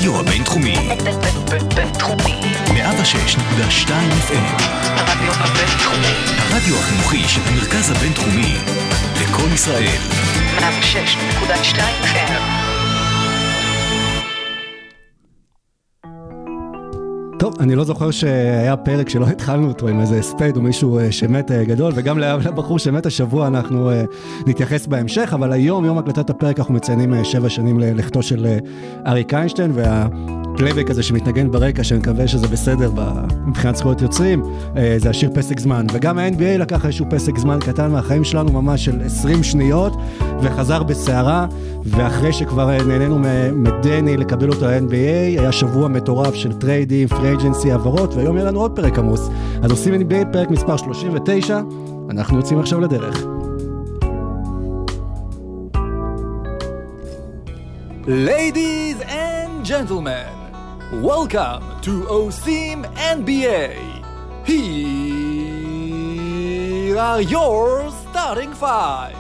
הרדיו הבינתחומי. בינתחומי. 106.2 FM. הרדיו הבינתחומי. הרדיו החינוכי של המרכז הבינתחומי. לכל ישראל. 106.2 FM. טוב, אני לא זוכר שהיה פרק שלא התחלנו אותו עם איזה ספייד או מישהו שמת גדול, וגם לבחור שמת השבוע אנחנו נתייחס בהמשך, אבל היום, יום הקלטת הפרק, אנחנו מציינים 7 שנים ללכתו של אריק איינשטיין, והפלייבק הזה שמתנגן ברקע, שאני מקווה שזה בסדר מבחינת זכויות יוצרים, זה השיר פסק זמן, וגם ה-NBA לקח איזשהו פסק זמן קטן מהחיים שלנו, ממש של 20 שניות, וחזר בסערה, ואחרי שכבר נהנינו מדני לקבל אותו ל-NBA, היה שבוע מטורף של טריידים, פרי אג'נסי, העברות, והיום יהיה לנו עוד פרק עמוס. אז עושים NBA פרק מספר 39, אנחנו יוצאים עכשיו לדרך. Ladies and gentlemen, welcome to OSIM NBA. Here are your starting five.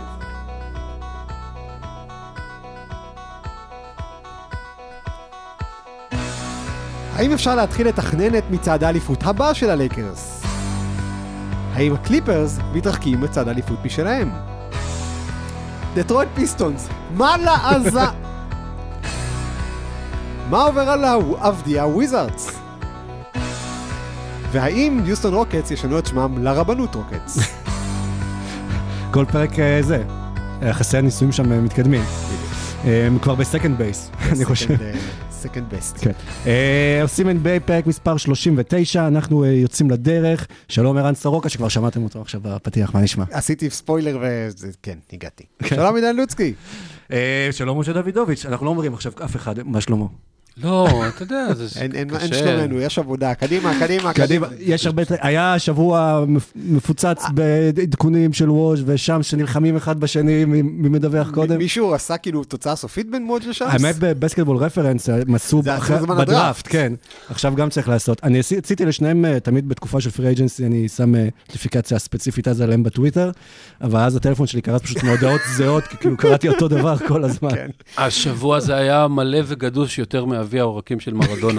האם אפשר להתחיל לתכנן את מצעד האליפות הבא של הלייקרס? האם הקליפרס מתרחקים מצעד האליפות משלהם? דטרויט פיסטונס, מה לעזה? מה עובר על עבדי הוויזארדס? והאם יוסטון רוקטס ישנו את שמם לרבנות רוקטס? כל פרק זה, יחסי הניסויים שם מתקדמים. כבר בסקנד בייס, אני חושב. סקנד בסט. כן. עושים NBA פרק מספר 39, אנחנו יוצאים לדרך. שלום ערן סורוקה, שכבר שמעתם אותו עכשיו בפתיח, מה נשמע? עשיתי ספוילר וכן, הגעתי. שלום עידן לוצקי. שלום משה דוידוביץ', אנחנו לא אומרים עכשיו אף אחד, מה שלמה? לא, אתה יודע, זה אין שלומנו, יש עבודה, קדימה. יש הרבה, היה שבוע מפוצץ בעדכונים של ווש, ושם שנלחמים אחד בשני, מי מדווח קודם? מישהו עשה כאילו תוצאה סופית בין מוד לשם? האמת בבסקטבול רפרנס, הם עשו בדראפט, כן. עכשיו גם צריך לעשות. אני עשיתי לשניהם, תמיד בתקופה של פרי אג'נסי, אני שם נוטיפיקציה ספציפית אז עליהם בטוויטר, אבל אז הטלפון שלי קראת פשוט מהודעות זהות, כי כאילו קראתי אותו דבר כל הזמן. השבוע זה היה מלא וגדוש יותר מאבי העורקים של מרדונה.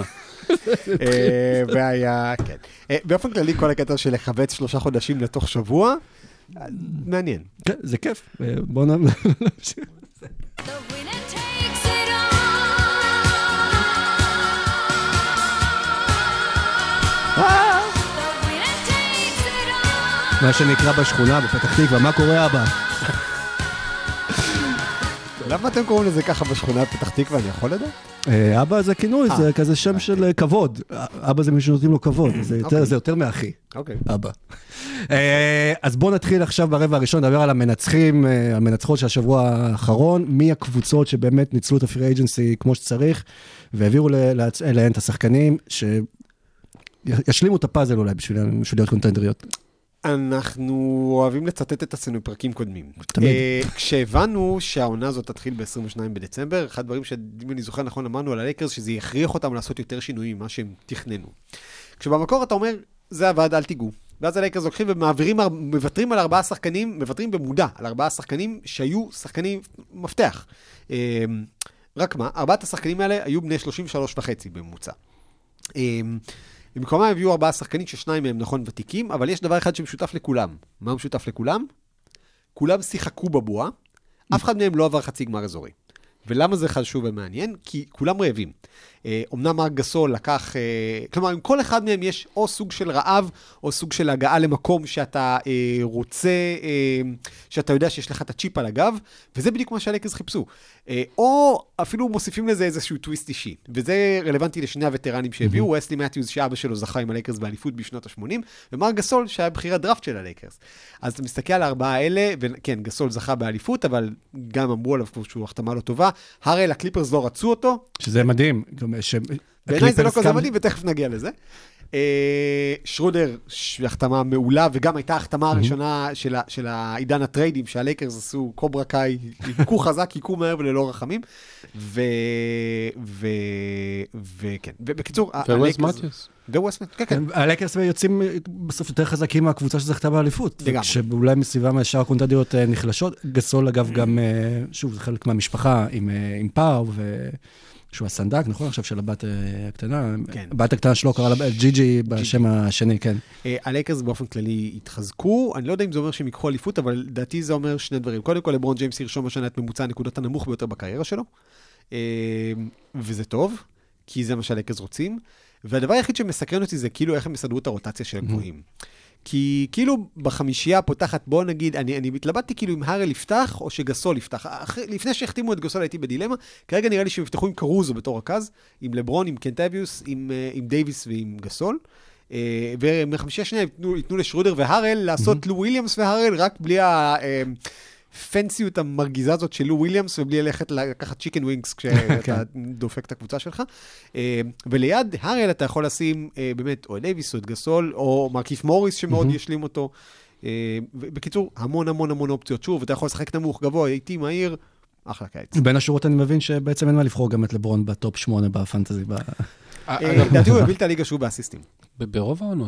והיה, כן. באופן כללי, כל הקטע של לחבץ 3 חודשים לתוך שבוע, מעניין. כן, זה כיף. בואו נמשיך. מה שנקרא בשכונה, בפתח תקווה, מה קורה אבא? למה אתם קוראים לזה ככה בשכונה פתח תקווה? אני יכול לדעת? אבא זה כינוי, זה כזה שם של כבוד. אבא זה מישהו שנותנים לו כבוד, זה יותר מאחי. אבא. אז בואו נתחיל עכשיו ברבע הראשון, לדבר על המנצחים, המנצחות של השבוע האחרון, מי הקבוצות שבאמת ניצלו את הפרי אג'נסי כמו שצריך, והעבירו אליהן את השחקנים, שישלימו את הפאזל אולי בשביל להיות קונטנדריות. אנחנו אוהבים לצטט את עצמנו בפרקים קודמים. תמיד. כשהבנו שהעונה הזאת תתחיל ב-22 בדצמבר, אחד הדברים שאם אני זוכר נכון אמרנו על הלייקרס, שזה יכריח אותם לעשות יותר שינויים ממה שהם תכננו. כשבמקור אתה אומר, זה עבד, אל תיגעו. ואז הלייקרס לוקחים ומוותרים על 4 שחקנים, מוותרים במודע על 4 שחקנים שהיו שחקנים מפתח. רק מה, 4 השחקנים האלה היו בני 33.5 בממוצע. במקומם הביאו 4 שחקנים ששניים מהם נכון ותיקים, אבל יש דבר אחד שמשותף לכולם. מה הוא משותף לכולם? כולם שיחקו בבועה, אף אחד מהם לא עבר חצי גמר אזורי. ולמה זה חשוב ומעניין? כי כולם רעבים. אמנם מרק גסול לקח, כלומר, עם כל אחד מהם יש או סוג של רעב, או סוג של הגעה למקום שאתה רוצה, שאתה יודע שיש לך את הצ'יפ על הגב, וזה בדיוק מה שהלייקרס חיפשו. או אפילו מוסיפים לזה איזשהו טוויסט אישי, וזה רלוונטי לשני הווטרנים שהביאו, וסלי מתיוז שאבא שלו זכה עם הלייקרס באליפות בשנות ה-80, ומרק גסול שהיה בחיר הדראפט של הלייקרס. אז אתה מסתכל על 4 האלה, וכן, גסול זכה באליפות, אבל גם אמרו עליו שהוא החתמה לא טובה. הרי לקליפרס לא רצו אותו. שזה מדהים. בעיניי זה לא כזה מדהים, ותכף נגיע לזה. שרודר, החתמה מעולה, וגם הייתה החתמה הראשונה של העידן הטריידים, שהלייקרס עשו קוברה קאי, עיקו חזק, עיקו מהר וללא רחמים, וכן, ובקיצור, ווס מתיוס. ווס מתיוס, כן, כן. הלייקרס יוצאים בסוף יותר חזקים מהקבוצה שזכתה באליפות, שאולי מסביבם שאר הקונטנדיות נחלשות, גסול אגב גם, שוב, זה חלק מהמשפחה עם פאו, שהוא הסנדק, נכון? עכשיו של הבת הקטנה. כן. הבת הקטנה שלו קרא לה ג'י בשם השני, כן. הלייקרס באופן כללי התחזקו, אני לא יודע אם זה אומר שהם יקחו אליפות, אבל לדעתי זה אומר שני דברים. קודם כל, לברון ג'יימס ירשום השנה את ממוצע הנקודות הנמוך ביותר בקריירה שלו, וזה טוב, כי זה מה שהלייקרס רוצים, והדבר היחיד שמסקרן אותי זה כאילו איך הם מסדרו את הרוטציה של הגבוהים. כי כאילו בחמישייה פותחת, בוא נגיד, אני מתלבטתי כאילו אם הרל יפתח או שגסול יפתח. לפני שהחתימו את גסול הייתי בדילמה, כרגע נראה לי שהם יפתחו עם קרוזו בתור רכז, עם לברון, עם קנטביוס, עם דייביס ועם גסול. ומחמישייה שנייה ייתנו לשרודר והרל לעשות לו וויליאמס והרל רק בלי הפנסיות המרגיזה הזאת של לו וויליאמס, ובלי ללכת לקחת צ'יקן ווינגס כשאתה דופק את הקבוצה שלך. וליד הרל אתה יכול לשים באמת או דייביס או את גסול, או מרקיף מוריס שמאוד ישלים אותו. בקיצור, המון המון המון אופציות. שוב, אתה יכול לשחק נמוך, גבוה, איטי, מהיר, אחלה קיץ. בין השורות אני מבין שבעצם אין מה לבחור גם את לברון בטופ 8 בפנטזי. לדעתי הוא הביל את הליגה שהוא באסיסטים. ברוב העונות.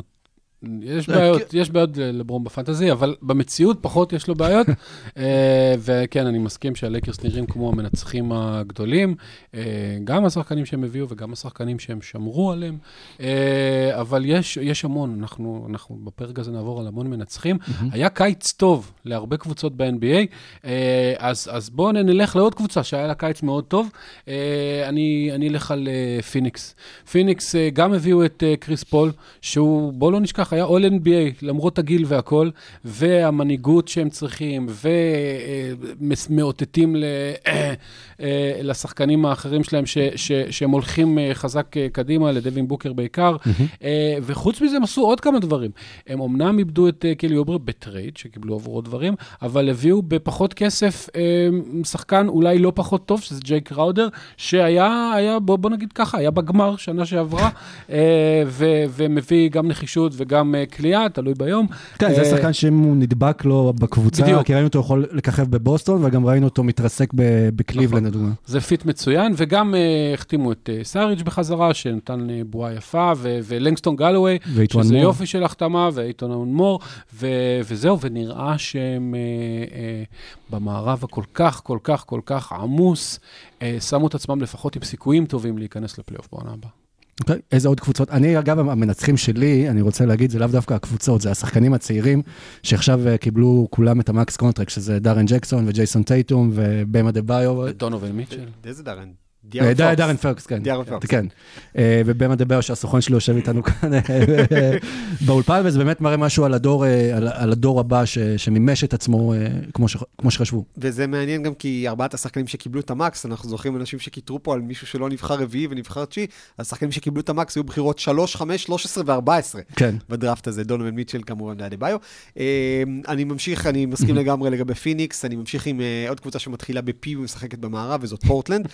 יש בעיות לברון בפנטזי, אבל במציאות פחות יש לו בעיות, וכן, אני מסכים שהלייקרס נראים כמו המנצחים הגדולים, גם השחקנים שהם הביאו וגם השחקנים שהם שמרו עליהם, אבל יש המון, אנחנו בפרק הזה נעבור על המון מנצחים, היה קיץ טוב להרבה קבוצות ב-NBA, אז בואו נלך לעוד קבוצה שהיה לה קיץ מאוד טוב, אני אלך על פיניקס. פיניקס גם הביאו את קריס פול, שהוא, בואו לא נשכח, היה All NBA, למרות הגיל והכל, והמנהיגות שהם צריכים, ומאותתים לשחקנים האחרים שלהם, שהם הולכים חזק קדימה, לדווין בוקר בעיקר, וחוץ מזה הם עשו עוד כמה דברים. הם אמנם איבדו את קלי אובר בטרייד, שקיבלו עבורו דברים, אבל הביאו בפחות כסף שחקן אולי לא פחות טוב, שזה ג'ייק ראודר, שהיה, בוא נגיד ככה, היה בגמר שנה שעברה, ומביא גם נחישות וגם קליעה, תלוי ביום. כן, זה שחקן שאם הוא נדבק לו בקבוצה, כי ראינו אותו יכול לככב בבוסטון, וגם ראינו אותו מתרסק בקליבלנד, לדוגמה. זה פיט מצוין, וגם החתימו את סאריג' בחזרה, שנתן בועה יפה, ולנגסטון גלווי, שזה יופי של החתמה, ואיתון מור, וזהו, ונראה שהם במערב הכל כך, כל כך, כל כך עמוס, שמו את עצמם לפחות עם סיכויים טובים להיכנס לפלייאוף בעונה הבאה. אוקיי, איזה עוד קבוצות? אני, אגב, המנצחים שלי, אני רוצה להגיד, זה לאו דווקא הקבוצות, זה השחקנים הצעירים, שעכשיו קיבלו כולם את המקס קונטרקט, שזה דארן ג'קסון וג'ייסון טייטום ובמה דה ביו. ודונובל מיטשל. איזה דארן? דארן פרקס, כן. כן. ובמה דה ביו, שהסוכן שלי יושב איתנו כאן באולפן, וזה באמת מראה משהו על הדור הבא, שמימש את עצמו כמו שחשבו. וזה מעניין גם כי ארבעת השחקנים שקיבלו את המקס, אנחנו זוכרים אנשים שקיטרו פה על מישהו שלא נבחר רביעי ונבחר תשיעי, השחקנים שקיבלו את המקס היו בחירות 3, 5, 13 ו-14 בדראפט הזה, דונובל מיטשל כמובן דה ביו. אני ממשיך, אני מסכים לגמרי לגבי פיניקס, אני ממשיך עם עוד קבוצה שמתחילה בפי ומשחקת במערב, וזאת פורטלנד.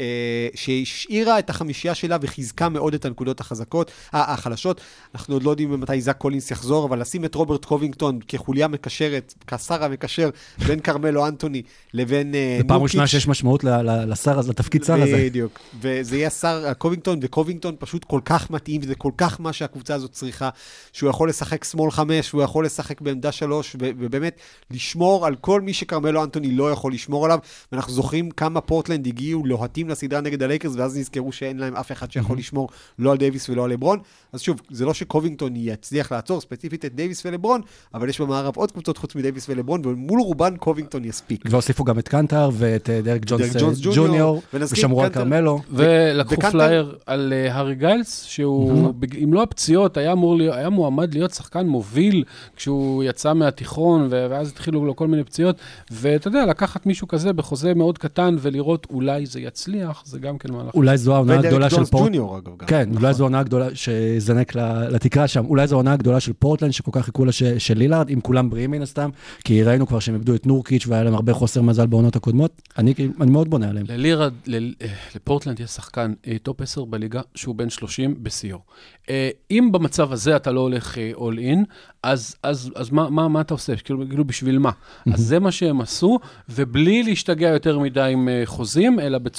שהשאירה את החמישייה שלה וחיזקה מאוד את הנקודות החלשות. אנחנו עוד לא יודעים מתי זק קולינס יחזור, אבל לשים את רוברט קובינגטון כחוליה מקשרת, כשר המקשר, בין קרמלו אנטוני לבין נורקיץ'. זה פעם ראשונה שיש משמעות לשר הזה, לתפקיד שר הזה. בדיוק. וזה יהיה שר קובינגטון, וקובינגטון פשוט כל כך מתאים, וזה כל כך מה שהקבוצה הזאת צריכה, שהוא יכול לשחק שמאל 5, שהוא יכול לשחק בעמדה 3, ובאמת לשמור על כל מי שקרמלו אנטוני לא יכול לשמור עליו, ואנחנו זוכרים כמה פורטלנד הגיעו להוטים לסדרה נגד הלייקרס, ואז נזכרו שאין להם אף אחד שיכול לשמור לא על דייביס ולא על לברון. אז שוב, זה לא שקובינגטון יצליח לעצור ספציפית את דייביס ולברון, אבל יש במערב עוד קבוצות חוץ מדייביס ולברון, ומול רובן קובינגטון יספיק. והוסיפו גם את קנטר ואת דרק ג'ונס ג'וניור, ושמרו על קרמלו. ולקחו פלייר על הארי גיילס, שהוא, אם לא הפציעות, היה מועמד להיות שחקן מוביל, כשהוא יצא מהתיכון, ואז התחילו לו כל מיני פציעות, ואתה יודע, לקחת מישהו כזה בחוזה מאוד קטן, ולראות אולי זה יצליח, זה גם כן מהלך. אולי זו העונה הגדולה של פורטלנד. כן, אולי זו העונה הגדולה שזנק לתקרה שם. אולי זו העונה הגדולה של פורטלנד, שכל כך חיכו לה של לילארד, עם כולם בריאים מן הסתם, כי ראינו כבר שהם איבדו את נורקיץ' והיה להם הרבה חוסר מזל בעונות הקודמות. אני מאוד בונה עליהם. ללילארד, לפורטלנד יש שחקן טופ 10 בליגה, שהוא בן 30 בסיור. אם במצב הזה אתה לא הולך all in, אז מה אתה עושה? כאילו בשביל מה? אז זה מה שהם עשו, ובלי להשתגע יותר מדי עם חוזים, אלא בצורה הגיונית,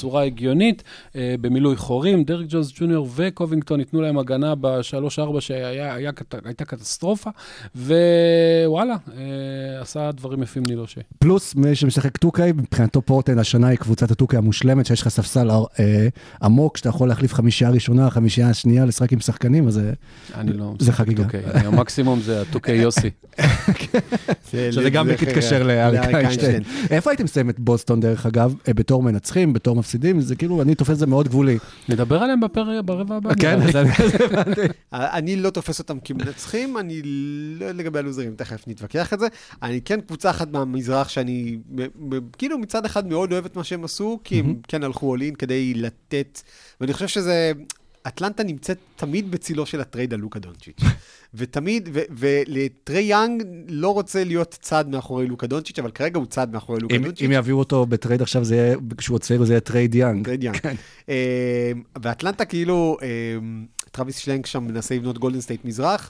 הגיונית, במילוי חורים, דרק ג'ונס ג'וניור וקובינגטון ייתנו להם הגנה ב-3-4 שהייתה קטסטרופה, ווואלה, עשה דברים יפים נילושה. פלוס מי שמשחק טוקאי, מבחינתו פורטן השנה היא קבוצת הטוקאי המושלמת, שיש לך ספסל עמוק, שאתה יכול להחליף 5 ראשונה, 5 שנייה, לשחק עם שחקנים, אז זה חגיגה. המקסימום זה הטוקאי יוסי. שזה גם מתקשר לאריק איינשטיין. איפה הייתם מסיים את בוסטון דרך אגב, בתור מנצחים, בתור מפסידים, זה כאילו, אני תופס זה מאוד גבולי. נדבר עליהם ברבע הבא. כן, אני לא תופס אותם כמנצחים, אני לא לגבי הלוזרים, תכף נתווכח את זה. אני כן קבוצה אחת מהמזרח שאני, כאילו מצד אחד מאוד אוהב את מה שהם עשו, כי הם כן הלכו אולין כדי לתת, ואני חושב שזה, אטלנטה נמצאת תמיד בצילו של הטרייד על לוקה דונצ'יץ'. ותמיד, ולטרי יאנג לא רוצה להיות צעד מאחורי לוקה דונצ'יץ', אבל כרגע הוא צעד מאחורי לוקה דונצ'יץ'. אם יביאו אותו בטרייד עכשיו, כשהוא צעיר, זה יהיה טרייד יאנג. טרייד יאנג. ואטלנטה כאילו, טרוויס שלנק שם מנסה לבנות גולדן סטייט מזרח,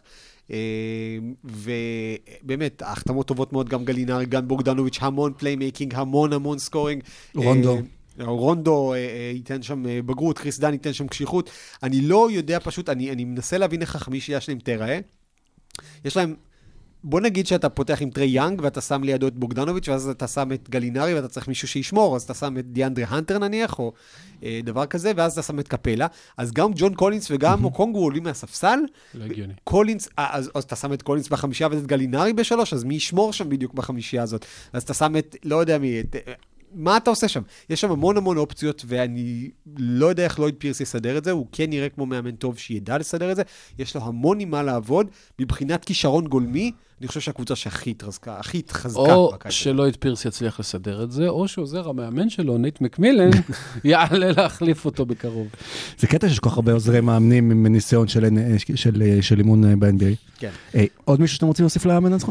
ובאמת, ההחתמות טובות מאוד, גם גלינרי, גם בוגדנוביץ', המון פליימייקינג, המון סקורינג. רונדו ייתן שם בגרות, קריס דן ייתן שם קשיחות. אני לא יודע פשוט, אני מנסה להבין איך החמישייה שלהם תראה. יש להם, בוא נגיד שאתה פותח עם טרי יאנג, ואתה שם לידו את בוגדנוביץ', ואז אתה שם את גלינרי, ואתה צריך מישהו שישמור, אז אתה שם את דיאנדרי הנטר נניח, או דבר כזה, ואז אתה שם את קפלה. אז גם ג'ון קולינס וגם אוקונגו עולים מהספסל. לא הגיוני. קולינס, אז אתה שם את קולינס בחמישייה, ואת גלינרי ב3, אז מי ישמור שם בדיוק בחמישייה הזאת? אז אתה שם את, לא יודע מי, מה אתה עושה שם? יש שם המון אופציות, ואני לא יודע איך לויד פירס יסדר את זה, הוא כן נראה כמו מאמן טוב שידע לסדר את זה, יש לו המון עם מה לעבוד, מבחינת כישרון גולמי, אני חושב שהקבוצה שהכי התחזקה, הכי התחזקה. או שלויד פירס יצליח לסדר את זה, או שעוזר המאמן שלו, נייט מקמילן, יעלה להחליף אותו בקרוב. זה קטע שיש כל כך הרבה עוזרי מאמנים עם ניסיון של אימון ב-NBA. כן. עוד מישהו שאתם רוצים להוסיף לאמן עצמם?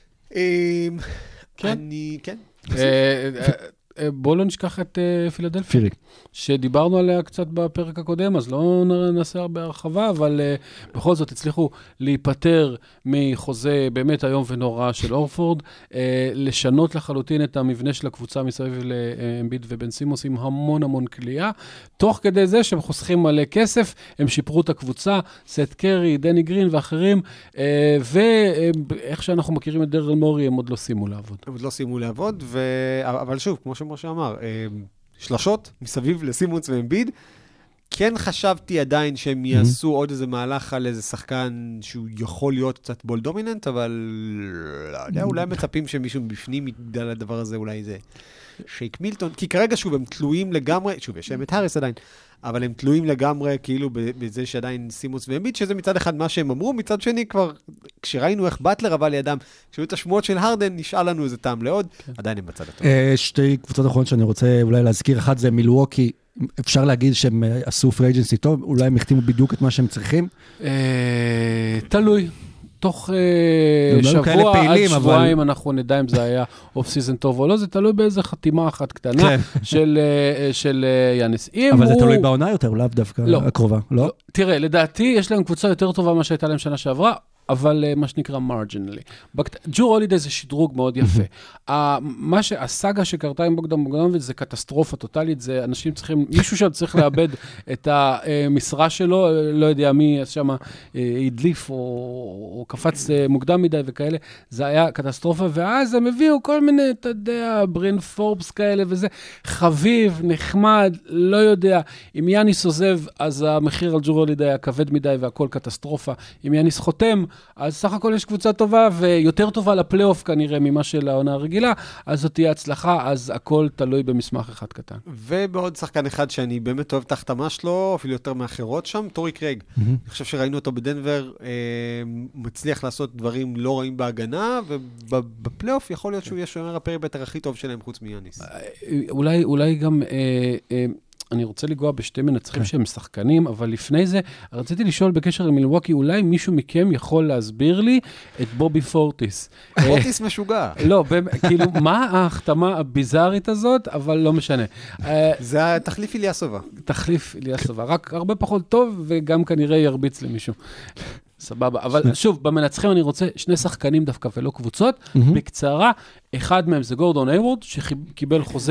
כן. בואו לא נשכח את פילדלפיה, שדיברנו עליה קצת בפרק הקודם, אז לא נעשה הרבה הרחבה, אבל בכל זאת הצליחו להיפטר מחוזה באמת היום ונורא של אורפורד, לשנות לחלוטין את המבנה של הקבוצה מסביב לאמביד ובן סימוס עם המון קליעה, תוך כדי זה שהם חוסכים מלא כסף, הם שיפרו את הקבוצה, סט קרי, דני גרין ואחרים, ואיך שאנחנו מכירים את דרל מורי, הם עוד לא סיימו לעבוד. עוד לא סיימו לעבוד, אבל שוב, כמו שמשה אמר, שלשות מסביב לסימונס ואמביד, כן חשבתי עדיין שהם יעשו עוד איזה מהלך על איזה שחקן שהוא יכול להיות קצת בול דומיננט, אבל לא יודע, אולי מצפים שמישהו בפנים ידע לדבר הזה, אולי זה שייק מילטון, כי כרגע שוב הם תלויים לגמרי, שוב יש להם את האריס עדיין, אבל הם תלויים לגמרי כאילו בזה שעדיין סימוס ואמביד, שזה מצד אחד מה שהם אמרו, מצד שני כבר, כשראינו איך באטלר עבר לידם, כשהיו את השמועות של הרדן, נשאל לנו איזה טעם לעוד, עדיין הם בצד הטוב. שתי קבוצות אחרונות שאני רוצה אולי להזכיר, אחת זה מילווקי, אפשר להגיד שהם עשו פרי אג'נסי טוב, אולי הם החתימו בדיוק את מה שהם צריכים? תלוי. תוך שבוע עד שבועיים אנחנו נדע אם זה היה אוף סיזן טוב או לא, זה תלוי באיזה חתימה אחת קטנה של יאניס. אבל זה תלוי בעונה יותר, לאו דווקא הקרובה, לא? תראה, לדעתי יש להם קבוצה יותר טובה ממה שהייתה להם שנה שעברה, אבל מה שנקרא מרג'ינלי. ג'ור הולידיי זה שדרוג מאוד יפה. הסאגה שקרתה עם בוגדנוביץ' זה קטסטרופה טוטלית, זה אנשים צריכים, מישהו שם צריך לאבד את המשרה שלו, לא יודע מי שם הדליף או קפץ מוקדם מדי וכאלה, זה היה קטסטרופה, ואז הם הביאו כל מיני, אתה יודע, ברין פורבס כאלה וזה, חביב, נחמד, לא יודע, אם יאניס עוזב, אז המחיר על ג'ור הולידיי היה כבד מדי והכל קטסטרופה, אם יאניס חותם, אז סך הכל יש קבוצה טובה, ויותר טובה לפלייאוף כנראה ממה של העונה הרגילה, אז זאת תהיה הצלחה, אז הכל תלוי במסמך אחד קטן. ובעוד שחקן אחד שאני באמת אוהב את ההחתמה שלו, אפילו יותר מאחרות שם, טורי קרייג. אני חושב שראינו אותו בדנבר, מצליח לעשות דברים לא רעים בהגנה, ובפלייאוף יכול להיות שהוא יהיה שומר הפרימטר הכי טוב שלהם חוץ מיאניס. אולי גם אני רוצה לגוע בשתי מנצחים שהם שחקנים, אבל לפני זה, רציתי לשאול בקשר למילווקי, אולי מישהו מכם יכול להסביר לי את בובי פורטיס. פורטיס משוגע. לא, כאילו, מה ההחתמה הביזארית הזאת, אבל לא משנה. זה תחליף איליאסובה. תחליף איליאסובה, רק הרבה פחות טוב, וגם כנראה ירביץ למישהו. סבבה, אבל שוב, במנצחים אני רוצה שני שחקנים דווקא ולא קבוצות, בקצרה, אחד מהם זה גורדון היוורד, שקיבל חוזה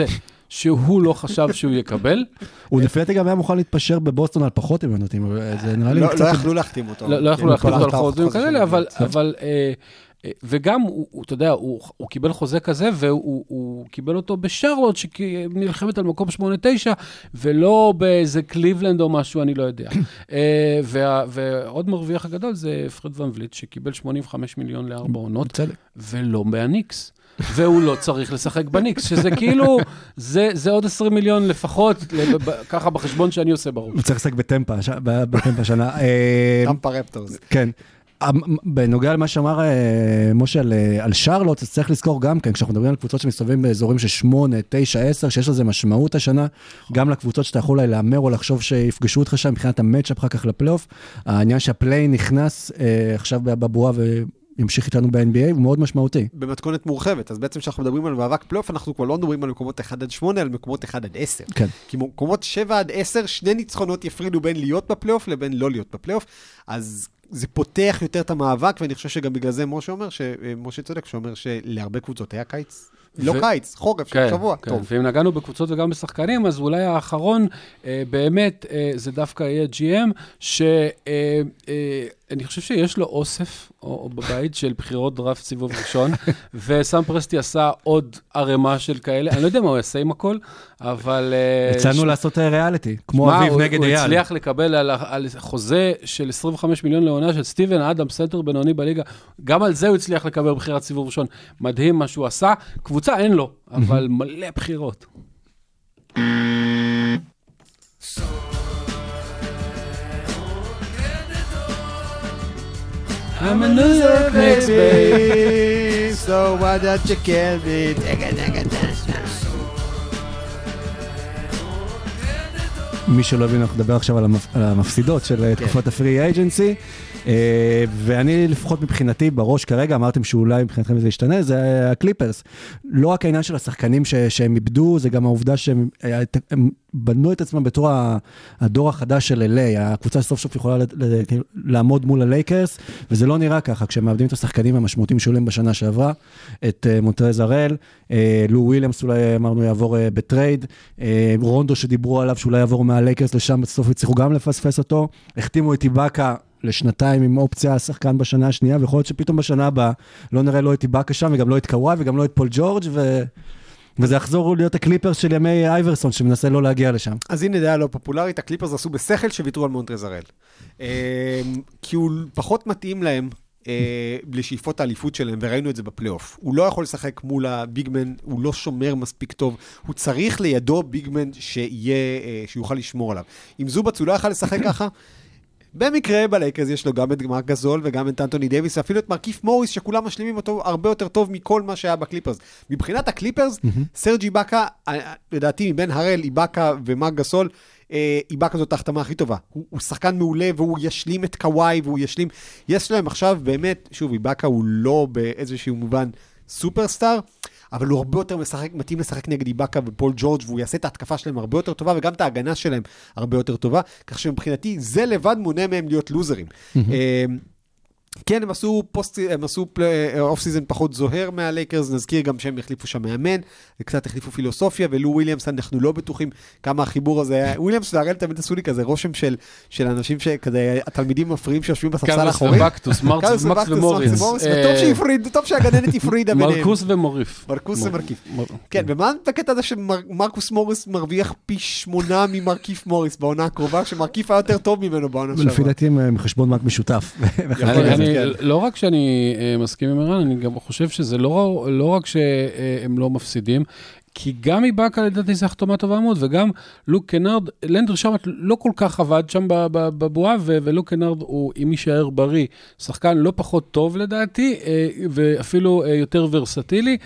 שהוא לא חשב שהוא יקבל. הוא לפי דעתי גם היה מוכן להתפשר בבוסטון על פחות אם נותנים, זה נראה לי קצת... לא יכלו להחתים אותו. לא יכלו להחתים אותו על חוזים כאלה, אבל... וגם, אתה יודע, הוא קיבל חוזה כזה, והוא קיבל אותו בשרלוט, שנלחמת על מקום 8-9, ולא באיזה קליבלנד או משהו, אני לא יודע. ועוד מרוויח הגדול זה פרד ון וליט, שקיבל 85 מיליון ל4 עונות, ולא בהניקס. והוא לא צריך לשחק בניקס, שזה כאילו, זה עוד 20 מיליון לפחות, ככה בחשבון שאני עושה ברור. הוא צריך לשחק בטמפה שנה. טמפה רפטורס. כן. בנוגע למה שאמר משה על שרלוט, אז צריך לזכור גם כן, כשאנחנו מדברים על קבוצות שמסתובבים באזורים של 8, 9, 10, שיש לזה משמעות השנה, גם לקבוצות שאתה יכול להאמר או לחשוב שיפגשו אותך שם, מבחינת המאצ'אפ אחר כך לפלייאוף, העניין שהפליי נכנס עכשיו בבועה וימשיך איתנו ב-NBA, הוא מאוד משמעותי. במתכונת מורחבת, אז בעצם כשאנחנו מדברים על מאבק פלייאוף, אנחנו כבר לא מדברים על מקומות 1-8, על מקומות 1-10. כן. כי מקומות 7-10, שני ניצחונות יפרידו בין להיות בפלייאוף לבין לא להיות בפלייאוף, אז זה פותח יותר את המאבק, ואני חושב שגם בגלל זה משה צודק, שאומר שלהרבה קבוצות היה קיץ, לא קיץ, חורף, שבוע, טוב. ואם נגענו בקבוצות וגם בשחקנים, אז אולי האחרון, באמת, זה דווקא יהיה GM, שאני חושב שיש לו אוסף, או בבית של בחירות דראפט סיבוב ראשון, וסם פרסטי עשה עוד ערימה של כאלה, אני לא יודע מה הוא יעשה עם הכל, אבל... הצענו לעשות ריאליטי, כמו אביב נגד אייל. הוא הצליח לקבל על חוזה של 25 מיליון לעונה של סטיבן אדם, סנטר בינוני בליגה, גם על זה הוא הצליח לקבל בחירת סיבוב ראשון. מדהים מה שהוא עשה, קבוצה אין לו, אבל מלא בחירות. I'm a New York Knicks, baby, so why don't you kill me? מי שלא הבין, אנחנו נדבר עכשיו על המפסידות של תקופת הפרי אייג'נסי, ואני לפחות מבחינתי בראש כרגע, אמרתם שאולי מבחינתכם זה ישתנה, זה הקליפרס. לא רק העניין של השחקנים שהם איבדו, זה גם העובדה שהם בנו את עצמם בתור הדור החדש של LA, הקבוצה סוף סוף יכולה לעמוד מול הלייקרס, וזה לא נראה ככה, כשהם מאבדים את השחקנים המשמעותיים שעולים בשנה שעברה, את מונטרז הראל, לו וויליאמס אולי אמרנו יעבור בטרייד, רונדו שדיברו עליו שאולי יעבור מהלייקרס לשם, בסוף הצליחו גם לפספס אותו, החתימו את איבאקה לשנתיים עם אופציה השחקן בשנה השנייה, ויכול להיות שפתאום בשנה הבאה לא נראה לא את איבאקה שם, וגם לא את קוואי, וגם לא את פול ג'ורג' וזה יחזור להיות הקליפרס של ימי אייברסון, שמנסה לא להגיע לשם. אז הנה דעה לא פופולרית, הקליפרס עשו בשכל שוויתרו על מונטרז הראל. כי הוא פחות מתאים להם לשאיפות האליפות שלהם, וראינו את זה בפלייאוף. הוא לא יכול לשחק מול הביגמן, הוא לא שומר מספיק טוב, הוא צריך לידו ביגמן שיוכל לשמור עליו. אם זובץ הוא לא יכול לשחק ככה, במקרה בלייקרס יש לו גם את מרק גזול וגם את אנטוני דייביס, ואפילו את מרקיף מוריס, שכולם משלימים אותו הרבה יותר טוב מכל מה שהיה בקליפרס. מבחינת הקליפרס, סרג' איבאקה, לדעתי מבין הראל, איבאקה ומרק גזול, איבאקה זאת ההחתמה הכי טובה. הוא שחקן מעולה, והוא ישלים את קוואי, והוא ישלים... יש להם עכשיו באמת, שוב, איבאקה הוא לא באיזשהו מובן סופרסטאר, אבל הוא הרבה יותר מתאים לשחק נגד איבאקה ופול ג'ורג', והוא יעשה את ההתקפה שלהם הרבה יותר טובה, וגם את ההגנה שלהם הרבה יותר טובה, כך שמבחינתי זה לבד מונע מהם להיות לוזרים. כן, הם עשו אוף סיזן פחות זוהר מהלייקרס, נזכיר גם שהם החליפו שם מאמן, וקצת החליפו פילוסופיה, ולו וויליאמס, אנחנו לא בטוחים כמה החיבור הזה היה. וויליאמס והראל תמיד עשו לי כזה רושם של אנשים שכזה, התלמידים מפריעים שיושבים בספסל האחורי. קרלוס ומקטוס, מקס ומוריס. טוב שהגננת הפרידה ביניהם. מרקוס ומוריף. מרקוס ומרקיף. כן, ומה בקטע הזה שמרקוס מוריס מרוויח פי 8 ממרקיף מוריס בעונה הקרובה, שמרקיף היה יותר טוב ממנו בעונה שעברה. לפי דעתי מחשבון רק משותף. לא רק שאני מסכים עם ערן, אני גם חושב שזה לא רק שהם לא מפסידים, כי גם איבאקה לדעתי זה החתומה טובה מאוד, וגם לוק קנארד, לנדר שם לא כל כך עבד שם בבועה, ולוק קנארד הוא, אם יישאר בריא, שחקן לא פחות טוב לדעתי, ואפילו יותר ורסטילי.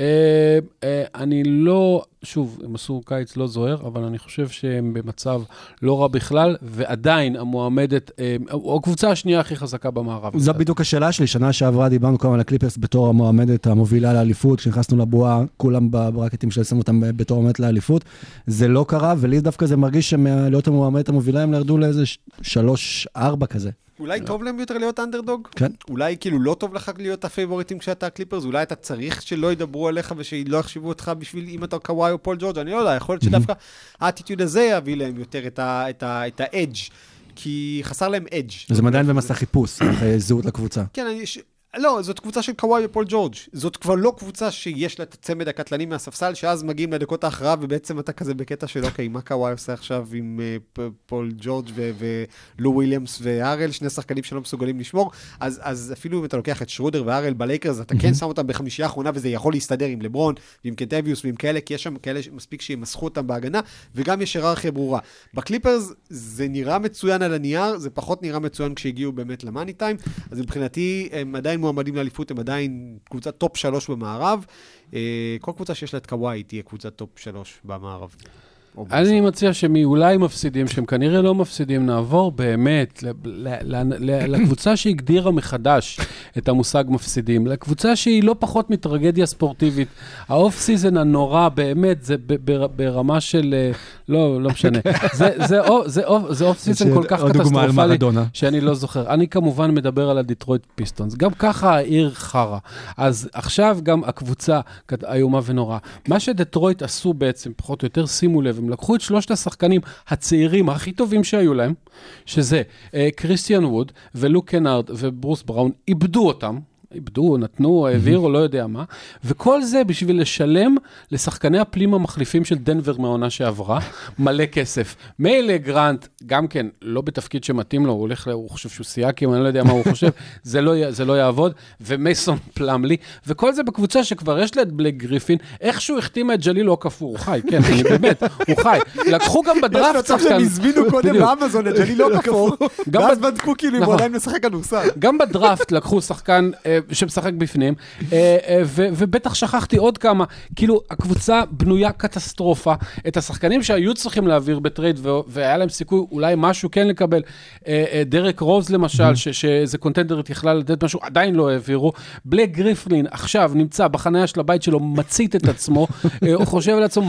אני לא... שוב, הם עשו קיץ לא זוהר, אבל אני חושב שהם במצב לא רע בכלל, ועדיין המועמדת, או הקבוצה השנייה הכי חזקה במערב. זו בדיוק השאלה שלי, שנה שעברה דיברנו כמה על הקליפרס בתור המועמדת המובילה לאליפות, כשנכנסנו לבועה, כולם בברקטים ששמו אותם בתור המועמדת לאליפות, זה לא קרה, ולי דווקא זה מרגיש שמלהיות המועמדת המובילה, הם ירדו לאיזה 3-4 כזה. אולי טוב להם יותר להיות אנדרדוג? כן. אולי כאילו לא טוב לך להיות הפייבוריטים כשאתה הקליפרס? אולי אתה צריך שלא ידברו עליך ושלא יחשבו אותך בשביל אם אתה קוואי או פול ג'ורג'? אני לא יודע, יכול להיות שדווקא האטיטיוד הזה יביא להם יותר את האדג' כי חסר להם אדג'. זה עדיין במסע חיפוש, זהות לקבוצה. כן, לא, זאת קבוצה של קוואי ופול ג'ורג'. זאת כבר לא קבוצה שיש לה את הצמד הקטלני מהספסל, שאז מגיעים לדקות האחריו, ובעצם אתה כזה בקטע של, אוקיי, מה קוואי עושה עכשיו עם פול ג'ורג' ולו וויליאמס והארל, שני שחקנים שלא מסוגלים לשמור, אז אפילו אם אתה לוקח את שרודר והארל בלייקרס, אתה כן שם אותם בחמישייה האחרונה, וזה יכול להסתדר עם לברון, ועם קנטביוס, ועם כאלה, כי יש שם כאלה מספיק שימסכו אותם בהגנה, וגם יש היררכיה ברורה. בקליפרס זה נראה מצוין על הנייר, זה פחות נראה מצוין כשהגיעו באמת למאני טיים, אז מבחינתי הם עדיין מועמדים לאליפות, הם עדיין קבוצה טופ 3 במערב. כל קבוצה שיש לה את קוואי תהיה קבוצה טופ 3 במערב. אני מציע שמאולי מפסידים, שהם כנראה לא מפסידים, נעבור באמת לקבוצה שהגדירה מחדש את המושג מפסידים, לקבוצה שהיא לא פחות מטרגדיה ספורטיבית. האוף סיזן הנורא באמת, זה ברמה של, לא משנה. זה אוף סיזן כל כך קטסטרופלי, שאני לא זוכר. אני כמובן מדבר על הדיטרויט פיסטונס. גם ככה העיר חרה. אז עכשיו גם הקבוצה איומה ונורא. מה שדיטרויט עשו בעצם, פחות או יותר, שימו לב, הם לקחו את 3 השחקנים הצעירים הכי טובים שהיו להם, שזה קריסטיאן ווד ולוק קנארד וברוס בראון, איבדו אותם, נתנו, העבירו, לא יודע מה, וכל זה בשביל לשלם לשחקני הפלים המחליפים של דנבר מהעונה שעברה, מלא כסף. מיילה גרנט, גם כן, לא בתפקיד שמתאים לו, הוא חושב שהוא סייקי, אני לא יודע מה הוא חושב, זה לא יעבוד, ומייסון פלמלי, וכל זה בקבוצה שכבר יש לה את בלייק גריפין, איכשהו החתימה את ג'ליל לא כפור, הוא חי, כן, באמת, הוא חי. לקחו גם בדראפט שחקן. יש מצב שהזמינו קודם באמזון את ג'ליל לא כפור, ואז בדקו כאילו אם הוא עדיין משחק כדורסל. גם בדראפט לקחו שחקן שמשחק בפנים, ובטח שכחתי עוד כמה, כאילו הקבוצה בנויה קטסטרופה, את השחקנים שהיו צריכים להעביר בטרייד, והיה להם סיכוי אולי משהו כן לקבל, דרק רוז למשל, שזה קונטנדרית יכלה לתת משהו, עדיין לא העבירו, בלייק גריפין עכשיו נמצא בחניה של הבית שלו, מצית את עצמו, הוא חושב על עצמו,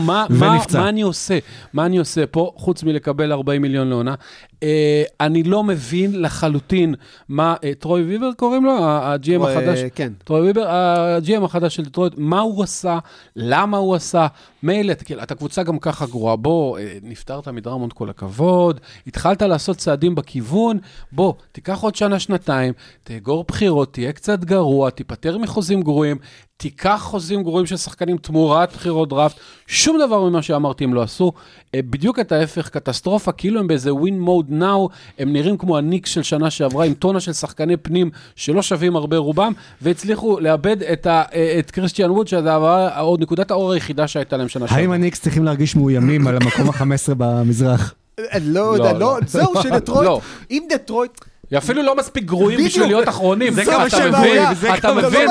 מה אני עושה פה, חוץ מלקבל 40 מיליון לעונה, אני לא מבין לחלוטין מה, טרוי ויבר קוראים לו, ה-GM החדש, כן. טרוי ויבר, ה-GM החדש של דטרויט, מה הוא עשה, למה הוא עשה, מילא, אתה קבוצה גם ככה גרועה, בוא, נפטרת מדרמונד כל הכבוד, התחלת לעשות צעדים בכיוון, בוא, תיקח עוד שנה, שנתיים, תאגור בחירות, תהיה קצת גרוע, תיפטר מחוזים גרועים, תיקח חוזים גרועים של שחקנים תמורת בחירות דראפט, שום דבר ממה שאמרתי הם לא עשו, בדיוק את ההפך, קטסטרופה, כאילו הם באיזה win mode now, הם נראים כמו הניקס של שנה שעברה, עם טונה של שחקני פנים שלא שווים הרבה רובם, והצליחו לאבד את קריסטיאן ווד, שזה עוד נקודת האור היחידה שהייתה להם שנה שעברה. האם הניקס צריכים להרגיש מאוימים על המקום ה-15 במזרח? לא יודע, לא, זהו שדטרויט, אם דטרויט... אפילו לא מספיק גרועים בשביל להיות אחרונים. זה כמה שבעיה. אתה מבין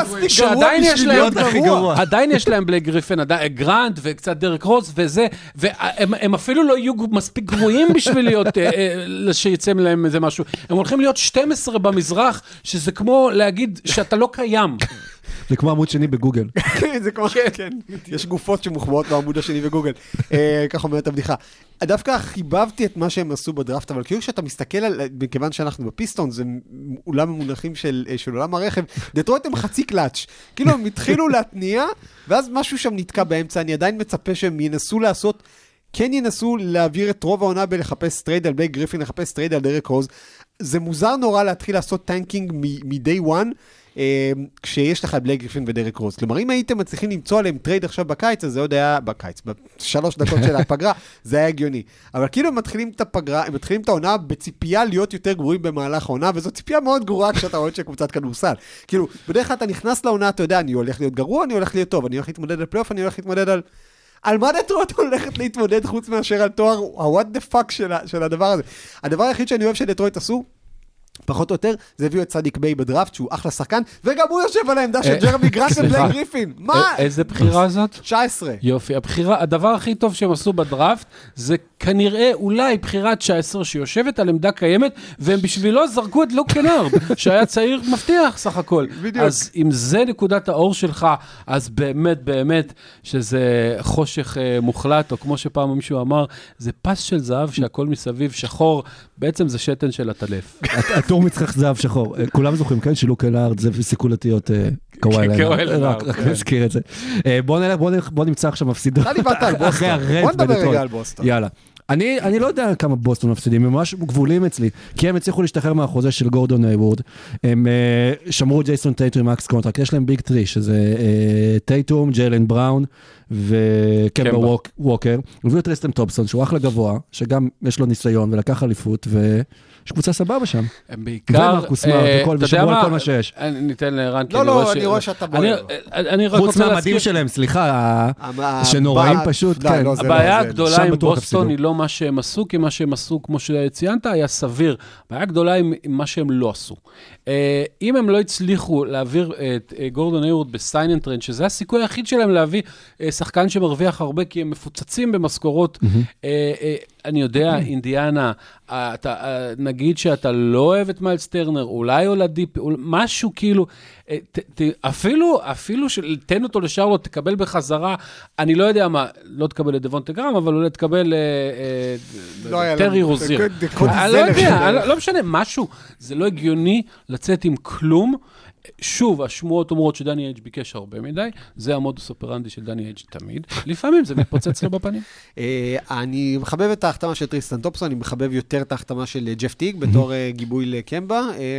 שעדיין יש להם בלייק גריפין, גרנט וקצת דרק רוס וזה, והם אפילו לא יהיו מספיק גרועים בשביל להיות, שיצא להם איזה משהו. הם הולכים להיות 12 במזרח, שזה כמו להגיד שאתה לא קיים. זה כמו עמוד שני בגוגל. זה כמו, כן. יש גופות שמוחבאות בעמוד השני בגוגל. כך אומרת הבדיחה. דווקא חיבבתי את מה שהם עשו בדראפט, אבל כאילו כשאתה מסתכל על, מכיוון שאנחנו בפיסטון, זה אולם המונחים של עולם הרכב, דטרויט הם חצי קלאץ'. כאילו הם התחילו להתניע, ואז משהו שם נתקע באמצע, אני עדיין מצפה שהם ינסו לעשות, כן ינסו להעביר את רוב העונה בלחפש טרייד על בלייק גריפין, לחפש טרייד על דרק רוז. זה מוזר נורא להתחיל לעשות טנקינג מ-day one, כשיש לך בלייק גריפין ודרק רוז. כלומר, אם הייתם מצליחים למצוא עליהם טרייד עכשיו בקיץ, אז זה עוד היה בקיץ, ב3 דקות של הפגרה, זה היה הגיוני. אבל כאילו הם מתחילים את הפגרה, הם מתחילים את העונה בציפייה להיות יותר גרועים במהלך העונה, וזו ציפייה מאוד גרועה כשאתה רואה שקבוצת כדורסל. כאילו, בדרך כלל אתה נכנס לעונה, אתה יודע, אני הולך להיות גרוע, אני הולך להיות טוב, אני הולך להתמודד על פלייאוף, אני הולך להתמודד על מה דטרויט הולכת להתמודד חוץ מאשר על תואר, what the fuck של הדבר הזה. הדבר היחיד שאני אוהב שדטרויט עשו, פחות או יותר, זה הביאו את סדיק ביי בדראפט, שהוא אחלה שחקן, וגם הוא יושב על העמדה של ג'רמי גרנט ובלייק גריפין. מה? איזה בחירה זאת? 19. יופי, הדבר הכי טוב שהם עשו בדראפט, זה כנראה אולי בחירה 19 שיושבת על עמדה קיימת, והם בשבילו זרקו את לוק קנארד, שהיה צעיר מבטיח סך הכל. בדיוק. אז אם זה נקודת האור שלך, אז באמת שזה חושך מוחלט, או כמו שפעם מישהו אמר, זה פס של זהב שהכל מסביב שחור, בעצם זה שתן של הטלף. הטור מצחך זהב שחור. כולם זוכרים, כן? שילוק אלארד, זה סיכול אותיות קוואי לנארד. רק נזכיר את זה. בוא נמצא עכשיו מפסידות. אתה דיברת על בוסטון. בוא נדבר רגע על בוסטון. יאללה. אני לא יודע כמה בוסטון מפסידים, הם ממש גבולים אצלי, כי הם הצליחו להשתחרר מהחוזה של גורדון היוורד, הם שמרו ג'ייסון טייטום מקס קונטרקט, יש להם ביג 3, שזה טייטום, ג'יילן בראון וקמבה ווקר, הביאו את טריסטן תומפסון, שהוא אחלה גבוה, שגם יש לו ניסיון ולקח אליפות, יש קבוצה סבבה שם. הם בעיקר... ומרקוס סמארט, ושמרו על כל מה שיש. ניתן לרן, לא, אני רואה שאתה בוער. חוץ מהמדים שלהם, סליחה, שנוראים פשוט, כן. הבעיה הגדולה עם בוסטון היא לא מה שהם עשו, כי מה שהם עשו, כמו שציינת, היה סביר. הבעיה הגדולה היא מה שהם לא עשו. אם הם לא הצליחו להעביר את גורדון היוורד בסיין אנד טרייד, שזה הסיכוי היחיד שלהם להביא שחקן שמרוויח הרבה, כי הם מפוצצים במשכורות, אני יודע, אינדיאנה, נגיד שאתה לא אוהב את מיילס טרנר, אולי אולדיפ, משהו כאילו, אפילו תן אותו לשרלוט, תקבל בחזרה, אני לא יודע מה, לא תקבל את דוונטה גרם, אבל אולי תקבל טרי רוזיר. אני לא יודע, לא משנה, משהו, זה לא הגיוני לצאת עם כלום, שוב, השמועות אומרות שדני אייג' ביקש הרבה מדי, זה המודוס אופרנדי של דני אייג' תמיד, לפעמים זה מתפוצץ לו בפנים. אני מחבב את ההחתמה של טריסטן תומפסון, אני מחבב יותר את ההחתמה של ג'ף טיג, בתור גיבוי לקמבה,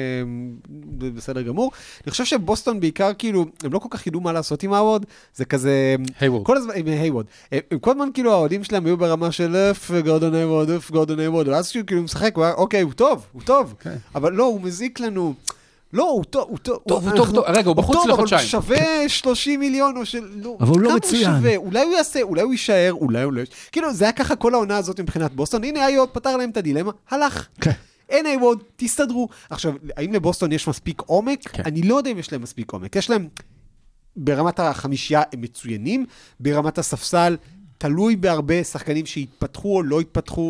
בסדר גמור. אני חושב שבוסטון בעיקר, כאילו, הם לא כל כך ידעו מה לעשות עם ההווד, זה כזה... כל הזמן, עם היווד. הם כל הזמן, כאילו, העודים שלהם היו ברמה של גורדון היווד, ואז כאילו משחק, אוקיי, הוא טוב, אבל לא, הוא מזיק לנו. לא, הוא טוב. רגע, הוא בחוץ לחודשיים. הוא שווה 30 מיליון, או של... אבל הוא לא מצוין. אולי הוא יעשה, אולי הוא יישאר, אולי הוא לא... כאילו, זה היה ככה כל העונה הזאת מבחינת בוסטון. הנה, היוד פתר להם את הדילמה, הלך. אין היווד, תסתדרו. עכשיו, האם לבוסטון יש מספיק עומק? אני לא יודע אם יש להם מספיק עומק. יש להם, ברמת החמישייה הם מצוינים, ברמת הספסל, תלוי בהרבה שחקנים שהתפתחו או לא התפתחו.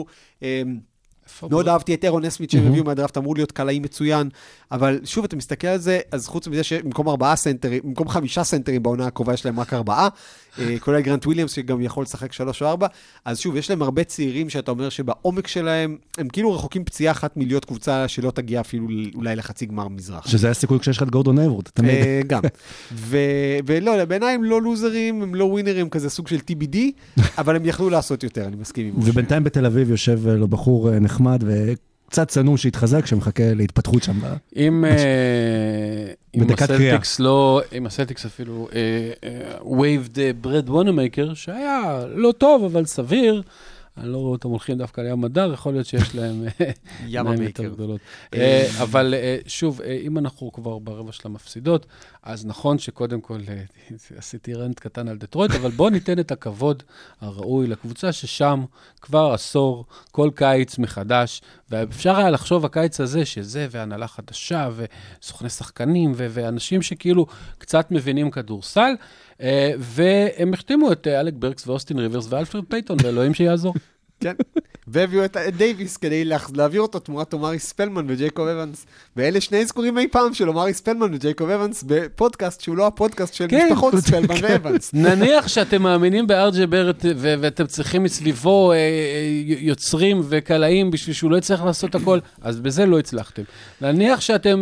מאוד אהבתי את אירון אסמית שהם הביאו מהדראפט, אמור להיות קלעי מצוין, אבל שוב, אתה מסתכל על זה, אז חוץ מזה שבמקום 5 סנטרים בעונה הקרובה יש להם רק 4, כולל גרנט וויליאמס שגם יכול לשחק 3 או 4, אז שוב, יש להם הרבה צעירים שאתה אומר שבעומק שלהם, הם כאילו רחוקים פציעה אחת מלהיות קבוצה שלא תגיע אפילו אולי לחצי גמר מזרח. שזה הסיכוי כשיש לך את גורדון היוורד, תמיד. גם. ולא, בעיניי הם לא לוזרים, הם לא ווינרים, כזה סוג של TBD, אבל הם יכלו לעשות יותר, אני מסכים עם משה. ובינתיים בתל אביב יושב לו בחור נחמד וקצת צנום שהתחזק, שמחכה להתפתחות שם. אם הסלטיקס אפילו waved ברד וונמייקר, שהיה לא טוב, אבל סביר, אני לא רואה אותם הולכים דווקא לים מדר, יכול להיות שיש להם עיניים יותר גדולות. אבל שוב, אם אנחנו כבר ברבע של המפסידות, אז נכון שקודם כל עשיתי רנט קטן על דטרויט, אבל בואו ניתן את הכבוד הראוי לקבוצה ששם כבר עשור, כל קיץ מחדש, ואפשר היה לחשוב הקיץ הזה שזה, והנהלה חדשה, וסוכני שחקנים, ואנשים שכאילו קצת מבינים כדורסל, והם החתימו את אלק ברקס ואוסטין ריברס ואלפרד פייטון, ואלוהים שיעזור. כן, והביאו את דייביס כדי להעביר אותו תמורת אומרי ספלמן וג'ייקוב אבנס, ואלה שני אזכורים אי פעם של אומרי ספלמן וג'ייקוב אבנס בפודקאסט שהוא לא הפודקאסט של משפחות ספלמן ואבנס. נניח שאתם מאמינים בארג'י ברט ואתם צריכים מסביבו יוצרים וקלעים בשביל שהוא לא יצטרך לעשות הכל, אז בזה לא הצלחתם. נניח שאתם...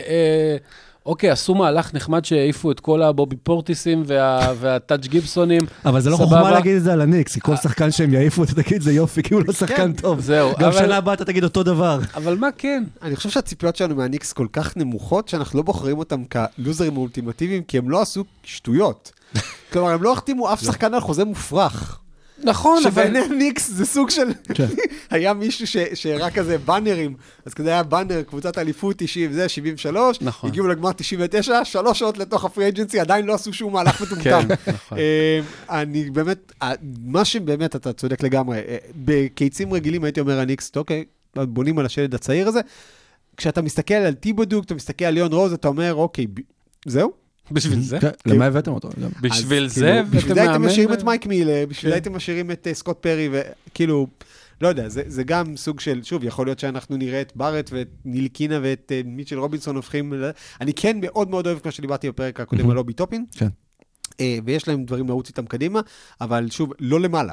אוקיי, עשו מהלך נחמד שהעיפו את כל הבובי פורטיסים והטאץ' גיבסונים. אבל זה לא חוכמה להגיד את זה על הניקס, כי כל שחקן שהם יעיפו, אתה תגיד, זה יופי, כי הוא לא שחקן טוב. זהו. גם שנה הבאה אתה תגיד אותו דבר. אבל מה כן? אני חושב שהציפיות שלנו מהניקס כל כך נמוכות, שאנחנו לא בוחרים אותם כלוזרים אולטימטיביים, כי הם לא עשו שטויות. כלומר, הם לא החתימו אף שחקן על חוזה מופרך. נכון, אבל... שבעיני הניקס זה סוג של... היה מישהו שהראה כזה בנרים, אז כזה היה בנר, קבוצת אליפות 90, זה 73, הגיעו לגמר 99, 3 שעות לתוך הפרי אג'נסי, עדיין לא עשו שום מהלך מטומטם. אני באמת, מה שבאמת אתה צודק לגמרי, בקיצים רגילים הייתי אומר הניקס, אוקיי, בונים על השלד הצעיר הזה, כשאתה מסתכל על טיבודוק, אתה מסתכל על ליאון רוז, אתה אומר, אוקיי, זהו? בשביל זה? למה הבאתם אותו? בשביל זה? בשביל זה הייתם משאירים את מייק מילה, בשביל זה הייתם משאירים את סקוט פרי, וכאילו, לא יודע, זה גם סוג של, שוב, יכול להיות שאנחנו נראה את בארט ואת ניל קינה ואת מיטשל רובינסון הופכים, אני כן מאוד מאוד אוהב, כמו שדיברתי בפרק הקודם על אובי טופין, ויש להם דברים לרוץ איתם קדימה, אבל שוב, לא למעלה.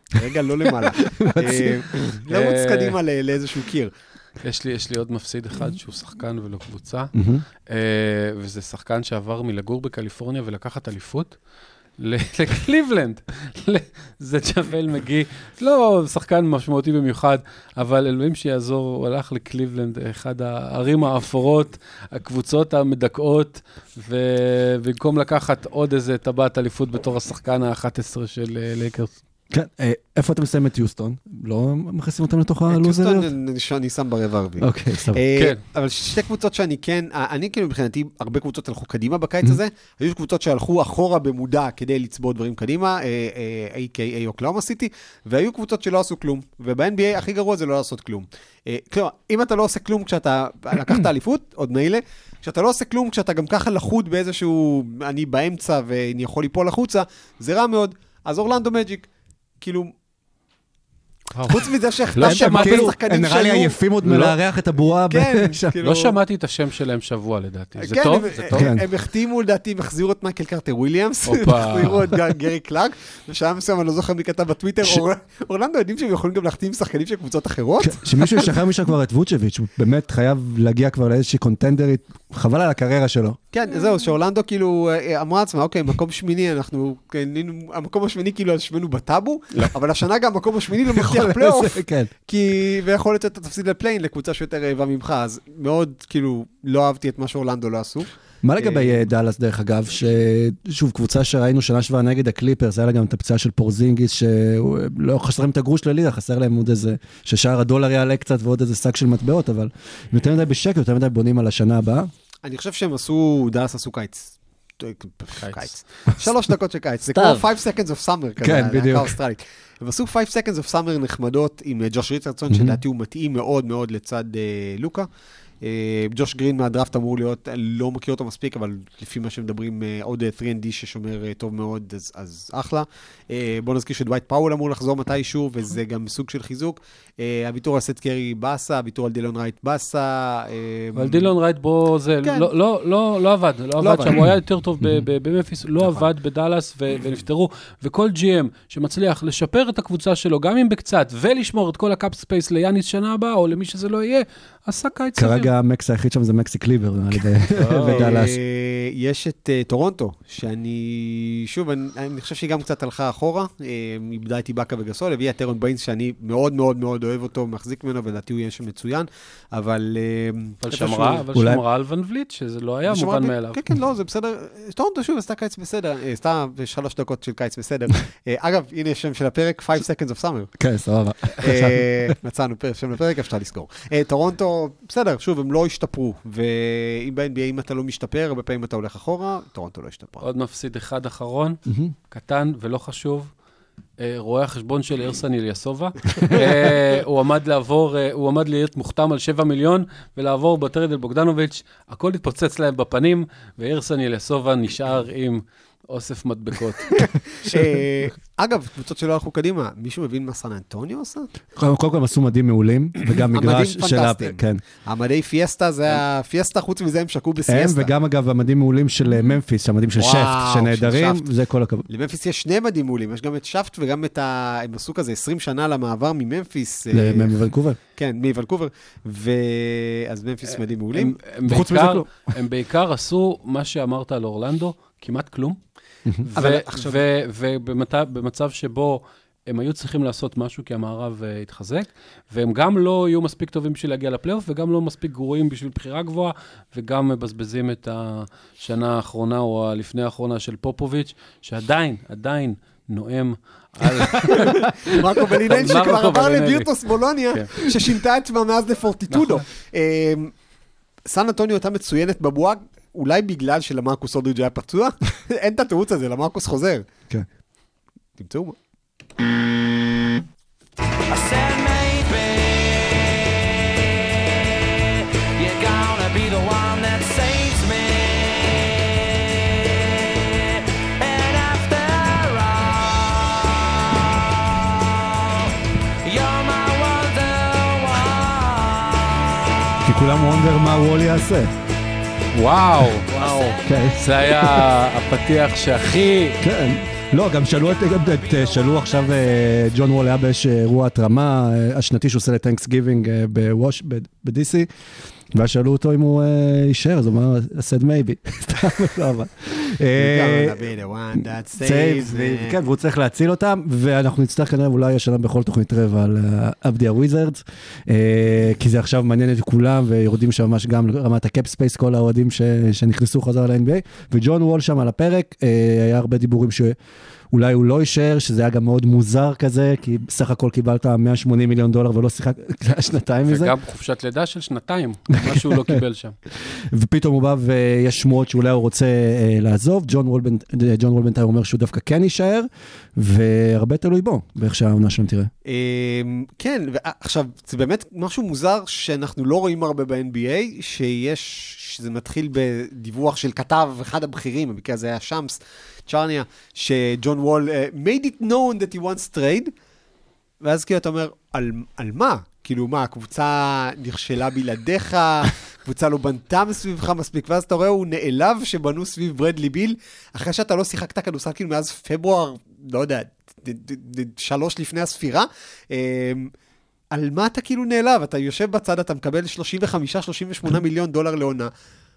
רגע לא למעלה. לרוץ קדימה לאיזשהו קיר. יש לי עוד מפסיד אחד שהוא שחקן ולא קבוצה, וזה שחקן שעבר מלגור בקליפורניה ולקחת אליפות לקליבלנד. זה ג'אבל מגי, לא שחקן משמעותי במיוחד, אבל אלוהים שיעזור, הוא הלך לקליבלנד, אחד הערים האפורות, הקבוצות המדכאות, ובמקום לקחת עוד איזה טבעת אליפות בתור השחקן ה-11 של לייקרס. כן, איפה אתם מסיים את יוסטון? לא מכניסים אותם לתוך הלוזריות? יוסטון אני שם ברבע הרביעי. אוקיי, סבבה. אבל שתי קבוצות שאני כן, אני כאילו מבחינתי, הרבה קבוצות הלכו קדימה בקיץ הזה, היו קבוצות שהלכו אחורה במודע כדי לצבור דברים קדימה, a.k.a. אוקלאומה סיטי, והיו קבוצות שלא עשו כלום, וב-NBA הכי גרוע זה לא לעשות כלום. כלומר, אם אתה לא עושה כלום כשאתה לקחת אליפות, עוד מילא, כשאתה לא עושה כלום כשאתה גם ככה לחוד באיזשהו, אני באמצע ואני יכול ליפול לחוצה, זה רע מאוד. אז אורלנדו מג'יק, כאילו, חוץ מזה לא שמעתי, הם נראה לי עייפים עוד מלארח את הבועה. לא שמעתי את השם שלהם שבוע לדעתי. זה טוב? הם החתימו לדעתי, הם החזירו את מייקל קרטר וויליאמס, החזירו את גרי קלארק, ושם מסוים אני לא זוכר מי כתב בטוויטר, אורלנדו יודעים שהם יכולים גם להחתים שחקנים של קבוצות אחרות? שמישהו ישחרר משם כבר את ווצ'ביץ', הוא באמת חייב להגיע כבר לאיזושהי קונטנדרית, חבל על הקריירה שלו. כן, זהו, שאורלנדו כאילו אמרה עצמה, אוקיי, מקום שמיני, אנחנו, המקום השמיני כאילו השמנו בטאבו, אבל השנה גם המקום השמיני לא מבטיח פלייאוף, כי ויכול להיות שאתה תפסיד לפליין לקבוצה שיותר רעבה ממך, אז מאוד כאילו לא אהבתי את מה שאורלנדו לא עשו. מה לגבי דאלאס דרך אגב, ששוב קבוצה שראינו שנה שבעה נגד הקליפרס, היה לה גם את הפציעה של פורזינגיס, שלא חסרים את הגרוש לליגה, חסר להם עוד איזה, ששער הדולר יעלה קצת ועוד איזה שק של מטבעות, אבל יותר מדי בשקט, יותר מדי בונים על השנה הבאה. אני חושב שהם עשו, דאלאס עשו קיץ. 3 דקות של קיץ, זה כמו 5 seconds of summer כזה, כן, בדיוק. הם עשו 5 seconds of summer נחמדות עם ג'וש ריצ'רדסון, שדעתי הוא מתאים מאוד מאוד לצד לוקה. ג'וש גרין מהדראפט אמור להיות, לא מכיר אותו מספיק, אבל לפי מה שמדברים, עוד 3&D ששומר טוב מאוד, אז אחלה. בוא נזכיר שדווייט פאוול אמור לחזור מתישהו, וזה גם סוג של חיזוק. הביטור על סט קרי בסה, הביטור על דילון רייט בסה. אבל דילון רייט בו זה לא עבד שם, הוא היה יותר טוב במפיס, לא עבד בדלס ונפטרו, וכל GM שמצליח לשפר את הקבוצה שלו, גם אם בקצת, ולשמור את כל הקאפ ספייס ליאניס שנה הבאה, או למי שזה לא יהיה, עשה קיץ סביר. כרגע המקס היחיד שם זה מקסי קליבר, בדלס. יש את טורונטו, שאני, שוב, אני חושב שהיא גם קצת הלכה אחורה, איבדה את איבאקה וגסול, הביאה את טרון ביינס, שאני מאוד מאוד מאוד אוהב אותו, מחזיק ממנו, ולדעתי הוא יהיה שם מצוין, אבל שמרה על ון וליט, שזה לא היה מובן מאליו. כן, כן, לא, זה בסדר. טורונטו, שוב, עשתה קיץ בסדר, עשתה 3 דקות של קיץ בסדר. אגב, הנה השם של הפרק, 5 seconds of summer. כן, סבבה. מצאנו שם לפרק, אפשר לסגור. טורונטו, בסדר, שוב, הם לא השתפרו, ואם ב-NBA, אם אתה לא משתפר, הרבה פעמים אתה הולך אחורה, טורונטו לא השתפרה. עוד מפסיד אחד אחרון, קטן ולא חשוב, רואה החשבון של ארסן איליאסובה, הוא עמד להיות מוכתם על 7 מיליון, ולעבור בטרד אל בוגדנוביץ', הכל התפוצץ להם בפנים, וארסן איליאסובה נשאר עם אוסף מדבקות. אגב, קבוצות שלא הלכו קדימה, מישהו מבין מה סן אנטוניו עושה? קודם כל עשו מדים מעולים, וגם מגרש של... פנטסטיים. המדי פיאסטה, זה הפיאסטה, חוץ מזה הם שקעו בסיאסטה. וגם אגב המדים מעולים של ממפיס, המדים של שפט, שנהדרים, זה כל הכבוד. לממפיס יש 2 מדים מעולים, יש גם את שפט וגם את הם עשו כזה 20 שנה למעבר מממפיס. מוונקובר. כן, מוונקובר, אז ממפיס מדים מעולים. הם בעיקר עשו מה שאמרת על אורלנדו, כמעט כלום. ובמצב שבו הם היו צריכים לעשות משהו כי המערב התחזק, והם גם לא יהיו מספיק טובים בשביל להגיע לפלייאוף, וגם לא מספיק גרועים בשביל בחירה גבוהה, וגם מבזבזים את השנה האחרונה או לפני האחרונה של פופוביץ', שעדיין נואם על... מרקו בלינל שכבר עבר לבירטוס בולוניה, ששינתה את שמה מאז לפורטיטודו. סן אנטוניו הייתה מצוינת בבועה, אולי בגלל שלמרקוס אודריג' היה פצוע, אין את התירוץ הזה, למרקוס חוזר. כן. תמצאו מה. כי כולם וונדר מה וולי יעשה. וואו, זה היה הפתיח שהכי לא, גם שאלו עכשיו, ג'ון וול היה באיש אירוע התרמה השנתי שהוא עושה לטנקס גיבינג ב-DC, ואז שאלו אותו אם הוא יישאר, אז הוא אמר, I said maybe. לא, אבל. כן, והוא צריך להציל אותם, ואנחנו נצטרך כנראה אולי השנה בכל תוכנית רבע על עבדי הוויזרדס, כי זה עכשיו מעניין את כולם, ויורדים שם ממש גם לרמת הקאפ ספייס, כל האוהדים שנכנסו חזר ל-NBA, וג'ון וול שם על הפרק, היה הרבה דיבורים אולי הוא לא יישאר, שזה היה גם מאוד מוזר כזה, כי בסך הכל קיבלת $180 מיליון ולא שיחק שנתיים מזה. וגם חופשת לידה של שנתיים, מה שהוא לא קיבל שם. ופתאום הוא בא ויש שמועות שאולי הוא רוצה לעזוב, ג'ון וול בינתיים אומר שהוא דווקא כן יישאר, והרבה תלוי בו, באיך שהעונה שלנו תראה. כן, עכשיו, זה באמת משהו מוזר שאנחנו לא רואים הרבה ב-NBA, שזה מתחיל בדיווח של כתב אחד הבכירים, במקרה הזה היה שמס, צ'רניה, שג'ון וול made it known that he wants trade, ואז כאילו אתה אומר, על מה? כאילו מה, הקבוצה נכשלה בלעדיך, קבוצה לא בנתה מסביבך מספיק, ואז אתה רואה, הוא נעלב שבנו סביב ברדלי ביל, אחרי שאתה לא שיחקת כדורסל כאילו מאז פברואר, לא יודע, 3 לפני הספירה, על מה אתה כאילו נעלב? אתה יושב בצד, אתה מקבל $35-38 מיליון לעונה,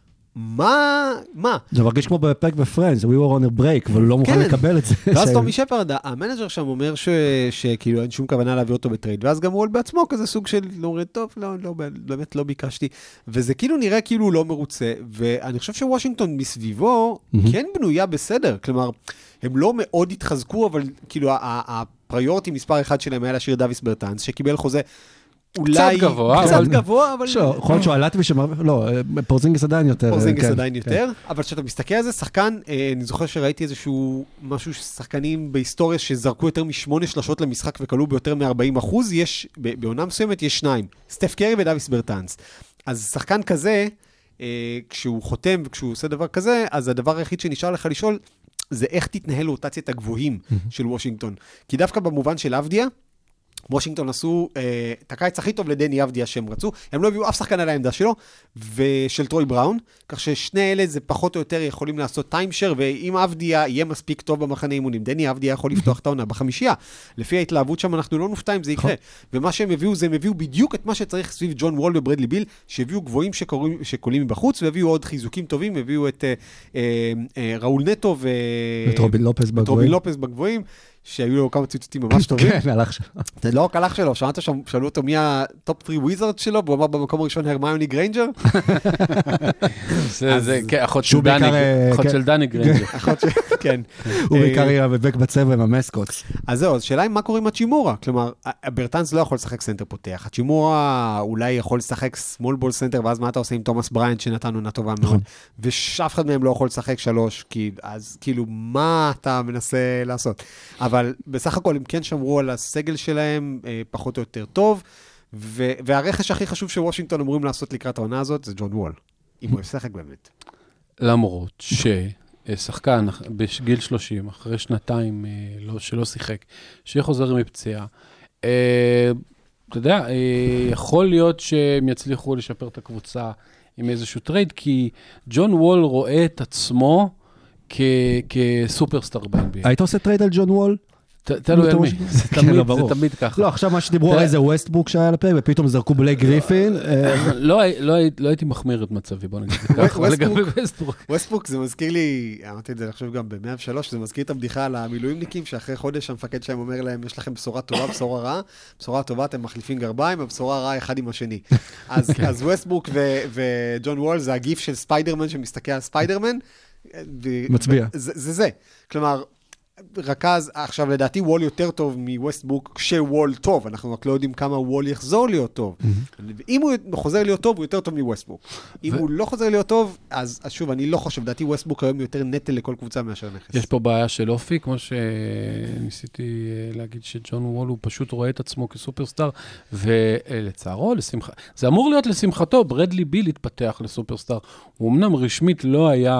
מה? זה מרגיש כמו בפרק בפרנדס, we were on a break, אבל לא מוכן לקבל את זה. ואז טומי שפרד, המנג'ר שם אומר שכאילו אין שום כוונה להביא אותו בטרייד, ואז גם וול בעצמו כזה סוג של, טוב, לא, באמת לא ביקשתי, וזה כאילו נראה כאילו הוא לא מרוצה, ואני חושב שוושינגטון מסביבו כן בנויה בסדר, כלומר, הם לא מאוד התחזקו, אבל כאילו הפריורטי מספר אחד שלהם היה להשאיר דוויס ברטנס, שקיבל חוזה קצת גבוה, אבל... יכול להיות שהוא עלת ושמר... לא, פורזינגס עדיין יותר. פורזינגס עדיין יותר, אבל כשאתה מסתכל על זה, שחקן, אני זוכר שראיתי איזשהו משהו ששחקנים בהיסטוריה שזרקו יותר מ8 שלשות למשחק וקלו ביותר מ40%, יש, בעונה מסוימת יש 2, סטף קרי ודוויס ברטנס. אז שחקן כזה, כשהוא חותם וכשהוא עושה דבר כזה, אז הדבר היחיד שנשאר לך לשאול, זה איך תתנהל רוטציית הגבוהים של וושינגטון. כי דווקא במובן של אבדיה, וושינגטון עשו את הקיץ הכי טוב לדני אבדיה שהם רצו, הם לא הביאו אף שחקן על העמדה שלו, ושל טרוי בראון, כך ששני אלה זה פחות או יותר יכולים לעשות טיימשר, ואם אבדיה יהיה מספיק טוב במחנה אימונים, דני אבדיה יכול לפתוח את העונה בחמישייה, לפי ההתלהבות שם אנחנו לא נופתע אם זה יקרה, ומה שהם הביאו זה הם הביאו בדיוק את מה שצריך סביב ג'ון וול וברדלי ביל, שהביאו גבוהים שקולים מבחוץ, והביאו עוד חיזוקים טובים, הביאו את ראול נטו ואת רובין לופס בגבוהים, שהיו לו כמה ציטוטים ממש טובים. כן, הלך שלו. זה לא רק הלך שלו, שמעת שם, שאלו אותו מי הטופ 3 וויזרד שלו, והוא אמר במקום הראשון הרמיוני גריינג'ר. זה אחות של דני גריינג'ר. כן. הוא בעיקר יבק בצבע עם המסקוטס. אז זהו, אז שאלה היא מה קורה עם הצ'ימורה, כלומר, ברטנס לא יכול לשחק סנטר פותח, הצ'ימורה אולי יכול לשחק סמול בול סנטר, ואז מה אתה עושה עם תומאס בריינט שנתן עונה טובה מאוד, ושאף אחד מהם לא יכול לשחק 3, אז כאילו, מה אתה מנסה לעשות? אבל בסך הכל הם כן שמרו על הסגל שלהם פחות או יותר טוב, והרכש הכי חשוב שוושינגטון אמורים לעשות לקראת העונה הזאת, זה ג'ון וול, אם הוא ישחק באמת. למרות ששחקן בגיל 30, אחרי שנתיים שלא שיחק, שחוזר מפציעה, אתה יודע, יכול להיות שהם יצליחו לשפר את הקבוצה עם איזשהו טרייד, כי ג'ון וול רואה את עצמו כסופרסטאר ב-NBA. היית עושה טרייד על ג'ון וול? תלוי על מי, זה תמיד ככה. לא, עכשיו מה שדיברו על איזה ווסטברוק שהיה לפרק, ופתאום זרקו בלייק גריפין. לא הייתי מחמיר את מצבי, בוא נגיד ככה, לגבי ווסטברוק. ווסטברוק זה מזכיר לי, אמרתי את זה לחשוב גם ב-103, זה מזכיר את הבדיחה על המילואימניקים, שאחרי חודש המפקד שלהם אומר להם, יש לכם בשורה טובה, בשורה רעה, בשורה טובה אתם מחליפים גרביים, הבשורה הרעה אחד עם השני. אז ווסטברוק וג'ון וול זה הגיף של ספיידרמן שמסתכל על ספיידרמן, מצביע. זה. כלומר, רכז, עכשיו לדעתי וול יותר טוב מווסטברוק כשוול טוב, אנחנו רק לא יודעים כמה וול יחזור להיות טוב. אם הוא חוזר להיות טוב, הוא יותר טוב מווסטברוק. אם הוא לא חוזר להיות טוב, אז שוב, אני לא חושב, לדעתי ווסטברוק היום יותר נטל לכל קבוצה מאשר נכס. יש פה בעיה של אופי, כמו שניסיתי להגיד שג'ון וול הוא פשוט רואה את עצמו כסופרסטאר, ולצערו, זה אמור להיות לשמחתו, ברדלי ביל התפתח לסופרסטאר. הוא אמנם רשמית לא היה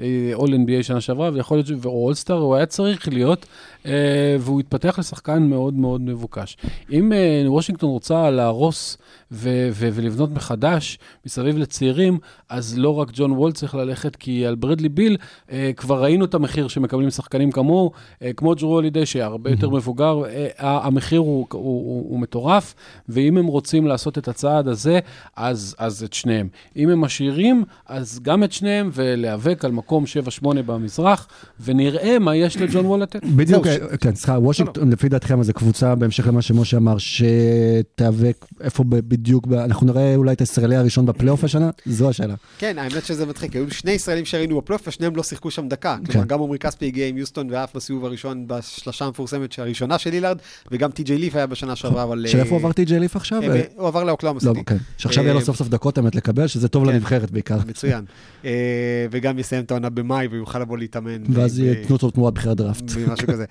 All NBA שנה שעברה, ויכול להיות ואולסטאר, הוא היה צריך להיות, והוא התפתח לשחקן מאוד מאוד מבוקש. אם וושינגטון רוצה להרוס ולבנות מחדש מסביב לצעירים, אז לא רק ג'ון וול צריך ללכת, כי על ברדלי ביל כבר ראינו את המחיר שמקבלים שחקנים כמוהו, כמו ג'רו הולידיי שהרבה יותר מבוגר, המחיר הוא מטורף, ואם הם רוצים לעשות את הצעד הזה, אז את שניהם. אם הם משאירים, אז גם את שניהם, ולהיאבק על מקום 7-8 במזרח, ונראה מה יש לג'ון וול לתת. בדיוק, כן, סליחה, וושינגטון, לפי דעתכם, אז הקבוצה, בהמשך למה שמשה אמר, שתיאבק איפה בדיוק, אנחנו נראה אולי את הישראלי הראשון בפלייאוף השנה? זו השאלה. כן, האמת שזה מצחיק, היו שני ישראלים שראינו בפלייאוף, ושניהם לא שיחקו שם דקה. כלומר, גם עומרי כספי הגיע עם יוסטון, ואף בסיבוב הראשון, בשלושה המפורסמת הראשונה של לילארד, וגם טי.ג'יי ליף היה בשנה שעברה, אבל... שאיפה עבר טי.ג'יי ליף עכשיו? הוא עבר לאוקלהומה סיטי. שעכשיו יהיה לו סוף סוף דקות אמת לקבל, שזה טוב לנבחרת בעיקר. מצוין. וגם יסיים את העונה במאי, ויוכל לבוא להתאמן. ואז יתנו אותו תמורת בחירת דראפט. משהו כזה.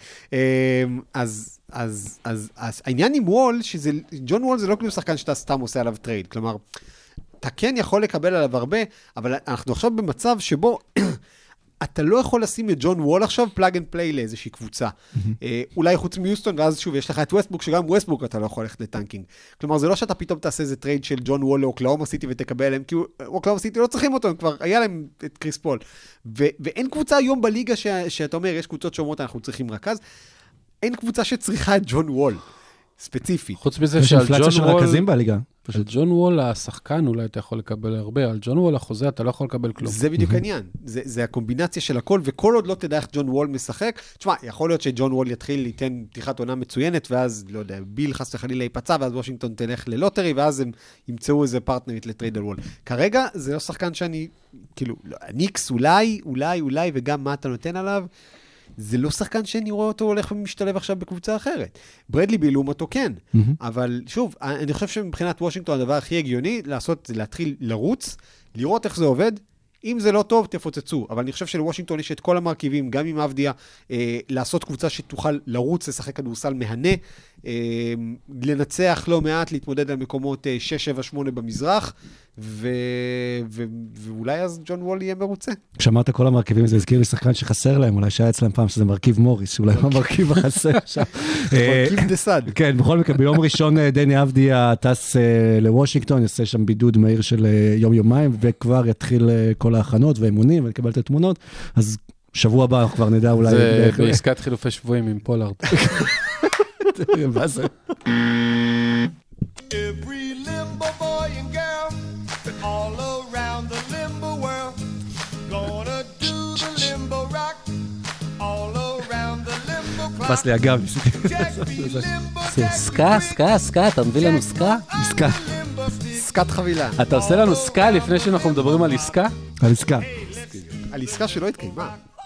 אז העניין עם וול, ג'ון וול זה לא כאילו שחקן שאתה סתם עושה עליו טרייד. כלומר, אתה כן יכול לקבל עליו הרבה, אבל אנחנו עכשיו במצב שבו אתה לא יכול לשים את ג'ון וול עכשיו פלאג אנד פליי לאיזושהי קבוצה. אולי חוץ מיוסטון, ואז שוב, יש לך את ווסטבורק, שגם ווסטבורק אתה לא יכול ללכת לטנקינג. כלומר, זה לא שאתה פתאום תעשה איזה טרייד של ג'ון וול לאוקלהומה סיטי ותקבל להם, כי אוקלהומה סיטי לא צריכים אותו, כבר היה להם את קריס פול. ואין קבוצה היום בליגה שאתה אומר, יש קבוצות שאומרות, אנחנו צריכים רכז. אין קבוצה שצריכה את ג'ון וול, ספציפית. חוץ מזה שעל ג'ון וול השחקן אולי אתה יכול לקבל הרבה, על ג'ון וול החוזה אתה לא יכול לקבל כלום. זה בדיוק העניין, זה הקומבינציה של הכל, וכל עוד לא תדע איך ג'ון וול משחק, תשמע, יכול להיות שג'ון וול יתחיל ליתן פתיחת עונה מצוינת, ואז, לא יודע, ביל חס וחלילה ייפצע, ואז וושינגטון תלך ללוטרי, ואז הם ימצאו איזה פרטנרית לטרייד על וול. כרגע זה לא שחקן שאני, כאילו, ניקס אולי, וגם מה אתה נותן עליו, זה לא שחקן שאני רואה אותו הולך ומשתלב עכשיו בקבוצה אחרת. ברדלי ביל לעומתו כן, אבל שוב, אני חושב שמבחינת וושינגטון הדבר הכי הגיוני לעשות זה להתחיל לרוץ, לראות איך זה עובד, אם זה לא טוב, תפוצצו. אבל אני חושב שלוושינגטון יש את כל המרכיבים, גם עם אבדיה, לעשות קבוצה שתוכל לרוץ, לשחק כדורסל מהנה, לנצח לא מעט, להתמודד על מקומות 6-7-8 במזרח, ואולי אז ג'ון וול יהיה מרוצה. כשאמרת כל המרכיבים, זה הזכיר לי שחקן שחסר להם, אולי שהיה אצלם פעם שזה מרכיב מוריס, שאולי המרכיב החסר שם. מרכיב דסד. כן, בכל מקרה, ביום ראשון דני אבדיה טס לוושינגטון, יעשה שם בידוד מהיר של יום-יומיים, וכבר יתחיל כל ההכנות והאימונים, ונקבל את התמונות, אז שבוע הבא אנחנו כבר נדע אולי... זה בעסקת חילופי שבועים עם פולארד. מה זה? Every limbo boy and girl all around the limbo world gonna do the limbo rock all around the limbo clock. פס לי אגב. סקה, אתה מביא לנו סקה? סקה. עסקת חבילה. אתה עושה לנו סקה לפני שאנחנו מדברים על עסקה? על עסקה. על עסקה שלא התקיימה.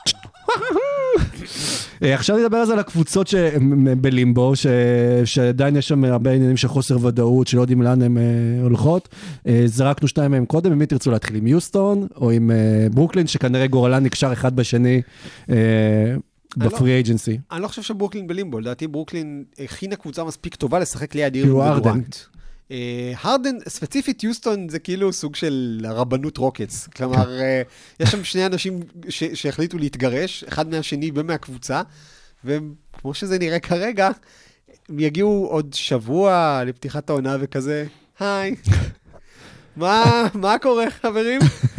עכשיו נדבר על הקבוצות בלימבו, שעדיין יש שם הרבה עניינים של חוסר ודאות, שלא יודעים לאן הן הולכות. זרקנו שניים מהם קודם, ומי תרצו להתחיל עם יוסטון, או עם ברוקלין, שכנראה גורלן נקשר אחד בשני בפרי אייג'נסי. אני לא חושב שברוקלין בלימבו, לדעתי ברוקלין הכינה קבוצה מספיק טובה לשחק ליד אירווין ודורנט. הרדן, ספציפית יוסטון זה כאילו סוג של רבנות רוקטס, כלומר יש שם שני אנשים שהחליטו להתגרש, אחד מהשני ומהקבוצה, וכמו שזה נראה כרגע, הם יגיעו עוד שבוע לפתיחת העונה וכזה, היי, מה קורה חברים?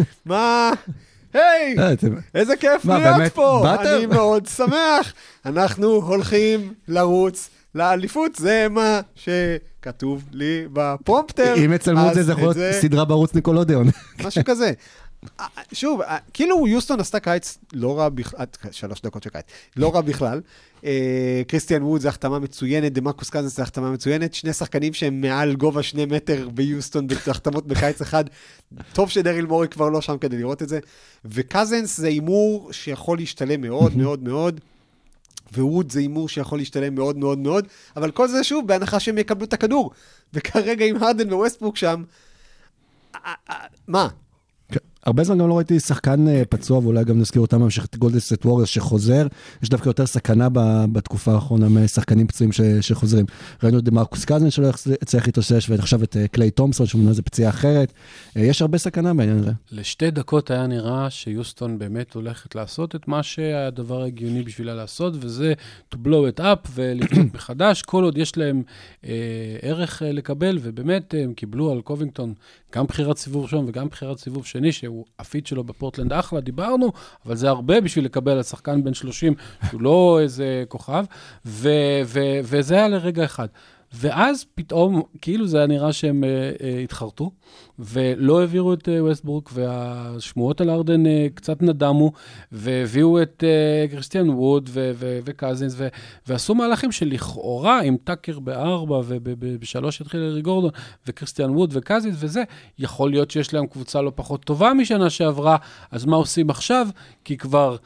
היי, איזה כיף להיות פה, אני מאוד שמח, אנחנו הולכים לרוץ לאליפות, זה מה שכתוב לי בפרומפטר. אם אצלמו זה יכול להיות סדרה בערוץ ניקולודיון. משהו כזה. שוב, כאילו יוסטון עשתה קיץ לא רע בכלל, 3 דקות של קיץ, לא רע בכלל. קריסטיאן ווד זה החתמה מצוינת, דמרקוס קזינס זה החתמה מצוינת, שני שחקנים שהם מעל גובה 2 מטר ביוסטון, בהחתמות בקיץ אחד. טוב שדריל מורי כבר לא שם כדי לראות את זה. וקזינס זה אימור שיכול להשתלם מאוד מאוד מאוד. ווד זה אימור שיכול להשתלם מאוד מאוד מאוד, אבל כל זה שוב בהנחה שהם יקבלו את הכדור. וכרגע עם הרדן וווסטברוק שם, מה? הרבה זמן גם לא ראיתי שחקן פצוע, ואולי גם נזכיר אותם ממשיך את גולדן סטייט ווריורס שחוזר, יש דווקא יותר סכנה בתקופה האחרונה משחקנים פצועים שחוזרים. ראינו את דמרקוס קזין שלא הצליח להתאושש, ועכשיו את קליי תומפסון שמונה איזה פציעה אחרת. יש הרבה סכנה בעניין הזה. לשתי דקות היה נראה שיוסטון באמת הולכת לעשות את מה שהדבר הגיוני בשבילה לעשות, וזה to blow it up ולבנות מחדש, כל עוד יש להם ערך לקבל, ובאמת הם קיבלו על קובינגטון גם בחירת סיבוב ראשון וגם בחירת סיבוב שני, שהוא הפיט שלו בפורטלנד אחלה, דיברנו, אבל זה הרבה בשביל לקבל על שחקן בן 30, שהוא לא איזה כוכב, וזה היה לרגע אחד. ואז פתאום, כאילו זה היה נראה שהם התחרטו, ולא העבירו את ווסטברוק, והשמועות על ארדן קצת נדמו, והביאו את קריסטיאן ווד וקזינס, ועשו מהלכים שלכאורה, עם טאקר ב4 וב3 התחיל ארי גורדון, וקריסטיאן ווד וקזינס וזה, יכול להיות שיש להם קבוצה לא פחות טובה משנה שעברה, אז מה עושים עכשיו? כי כבר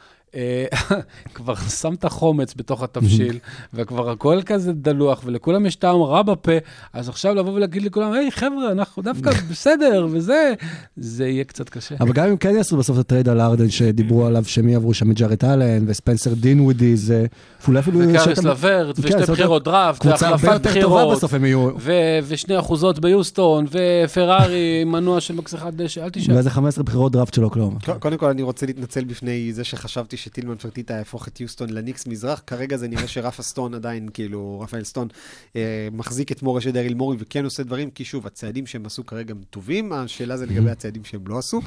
שמת חומץ בתוך התבשיל, וכבר הכל כזה דלוח, ולכולם יש טעם רע בפה, אז עכשיו לבוא ולהגיד לכולם, היי חבר'ה, אנחנו דווקא בסדר, וזה יהיה קצת קשה. אבל גם אם כן יעשו בסוף את הטרייד על ארדן, שדיברו עליו שמי עברו שם מג'ארט אלן, וספנסר דינווידי, וקאריס לברט, ושתי בחירות דראפט, והחלפת בחירות, ושני אחוזות ביוסטון, ופרארי, מנוע של מקס אחד דשא, אל תשאל. ואיזה 15 בחירות דראפט שלו כלום. קודם כל אני רוצה להתנצל בפני זה שחשבתי שטילמן פרטיטה יהפוך את יוסטון לניקס מזרח, כרגע זה נראה שרפה סטון עדיין, כאילו, רפאל סטון, מחזיק את מורש דריל מורי, וכן עושה דברים, כי שוב, הצעדים שהם עשו כרגע הם טובים, השאלה זה לגבי הצעדים שהם לא עשו,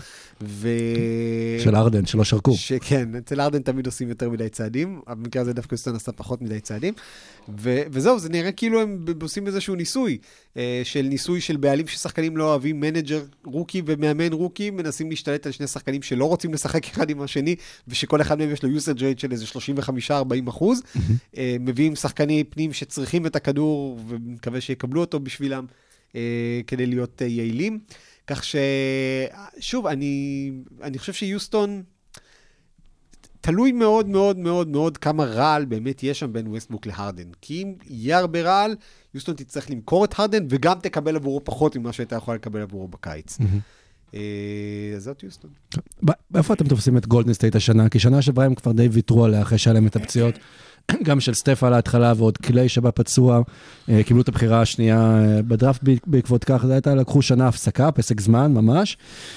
של ארדן, שלא שרקו. כן, אצל ארדן תמיד עושים יותר מדי צעדים, במקרה הזה דווקא יוסטון עשה פחות מדי צעדים, וזהו, זה נראה כאילו הם עושים איזשהו ניסוי של בעלים ששחקנים לא אוהבים, מנג'ר רוקי ומאמן רוקי, מנסים להשתלט על שני שחקנים שלא רוצים לשחק אחד עם השני, ושכל אחד מהם יש לו usage rate של איזה 35-40%, מביאים שחקני פנים שצריכים את הכדור, ומקווה שיקבלו אותו בשבילם, כדי להיות יעילים. כך ששוב, אני חושב שיוסטון, תלוי מאוד מאוד מאוד מאוד כמה רעל באמת יש שם בין ווסטברוק להרדן. כי אם יהיה הרבה רעל, יוסטון תצטרך למכור את הרדן, וגם תקבל עבורו פחות ממה שהייתה יכולה לקבל עבורו בקיץ. אז זאת יוסטון. איפה אתם תופסים את גולדן סטייט השנה? כי שנה שבאה הם כבר די ויתרו עליה אחרי שהיה להם את הפציעות. גם של סטף על ההתחלה ועוד קליי שבא פצוע, קיבלו את הבחירה השנייה בדראפט בעקבות כך, זה הייתה, לקחו שנה הפסקה, פסק זמן ממש,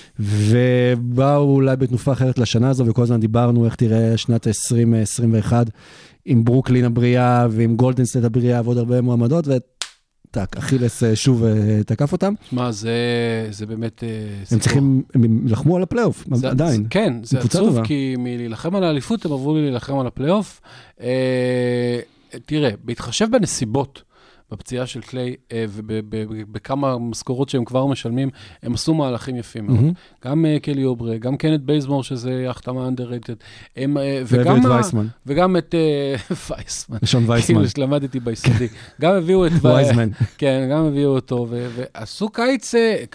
ובאו אולי בתנופה אחרת לשנה הזו, וכל הזמן דיברנו איך תראה שנת 2021, עם ברוקלין הבריאה, ועם גולדן סטייט הבריאה, ועוד הרבה מועמדות, אכילס שוב תקף אותם. מה, זה באמת... הם צריכים, הם לחמו על הפלייאוף, עדיין. כן, זה עצוב, כי מלהילחם על האליפות, הם עברו לי להילחם על הפלייאוף. תראה, בהתחשב בנסיבות, בפציעה של קליי, ובכמה משכורות שהם כבר משלמים, הם עשו מהלכים יפים מאוד. גם קלי אוברה, גם קנט בייזמור, שזה החתמה underrated. ואת וייסמן. וגם את וייסמן. שון וייסמן. כאילו שלמדתי ביסודי. גם הביאו את וייסמן. כן, גם הביאו אותו, ועשו קיץ,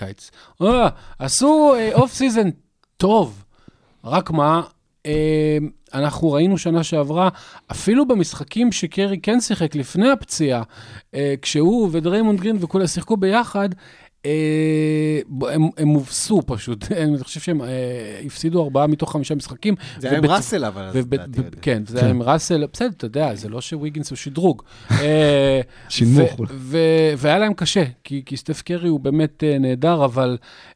עשו אוף סיזן טוב. רק מה, אנחנו ראינו שנה שעברה, אפילו במשחקים שקרי כן שיחק לפני הפציעה, כשהוא ודריימונד גרין וכולם שיחקו ביחד, הם מובסו פשוט. אני חושב שהם הפסידו 4 מתוך 5 משחקים. זה היה עם ראסל, אבל... כן, זה היה עם ראסל, בסדר, אתה יודע, זה לא שוויגינס הוא שדרוג. שינמוך. והיה להם קשה, כי סטף קרי הוא באמת נהדר, אבל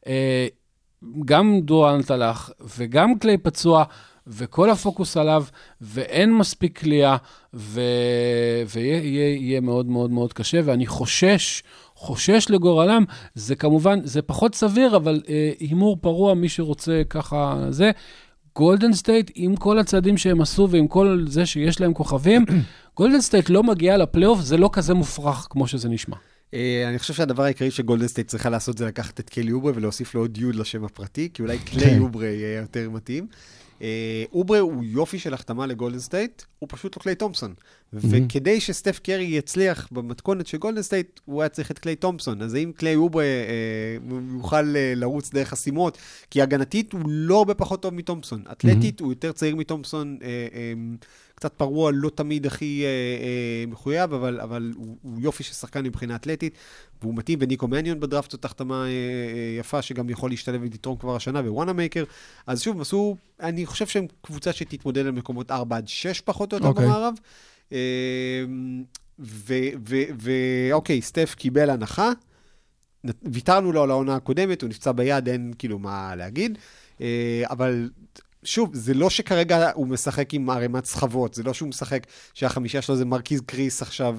גם דורנט הלך, וגם קליי פצוע, וכל הפוקוס עליו, ואין מספיק קליעה, ויהיה מאוד מאוד מאוד קשה, ואני חושש לגורלם, זה כמובן, זה פחות סביר, אבל הימור פרוע, מי שרוצה ככה זה, גולדן סטייט, עם כל הצעדים שהם עשו, ועם כל זה שיש להם כוכבים, גולדן סטייט לא מגיע לפלייאוף, זה לא כזה מופרך כמו שזה נשמע. אני חושב שהדבר העיקרי שגולדן סטייט צריכה לעשות, זה לקחת את קלי אוברה, ולהוסיף לו עוד יוד לשם הפרטי, כי אולי קלי אוברה יהיה יותר מתאים. אוברה הוא יופי של החתמה לגולדן סטייט, הוא פשוט לא קליי תומפסון. וכדי שסטף קרי יצליח במתכונת של גולדן סטייט, הוא היה צריך את קליי תומפסון. אז אם קליי אוברה יוכל לרוץ דרך חסימות, כי הגנתית הוא לא הרבה פחות טוב מתומפסון. אתלטית הוא יותר צעיר מתומפסון, קצת פרוע, לא תמיד הכי מחויב, אבל הוא יופי של שחקן מבחינה אתלטית, והוא מתאים, וניקו מניון בדראפט זאת החתמה יפה, שגם יכול להשתלב ולתרום כבר השנה, ווואנה מייקר. אז שוב, עשו, אני חושב שהם קבוצה שתתמודד על מקומות 4-6 פחות או יותר במערב. ואוקיי, סטף קיבל הנחה, ויתרנו לו על העונה הקודמת, הוא נפצע ביד, אין כאילו מה להגיד, אבל שוב, זה לא שכרגע הוא משחק עם ערימת סחבות, זה לא שהוא משחק שהחמישה שלו זה מרקיז קריס עכשיו,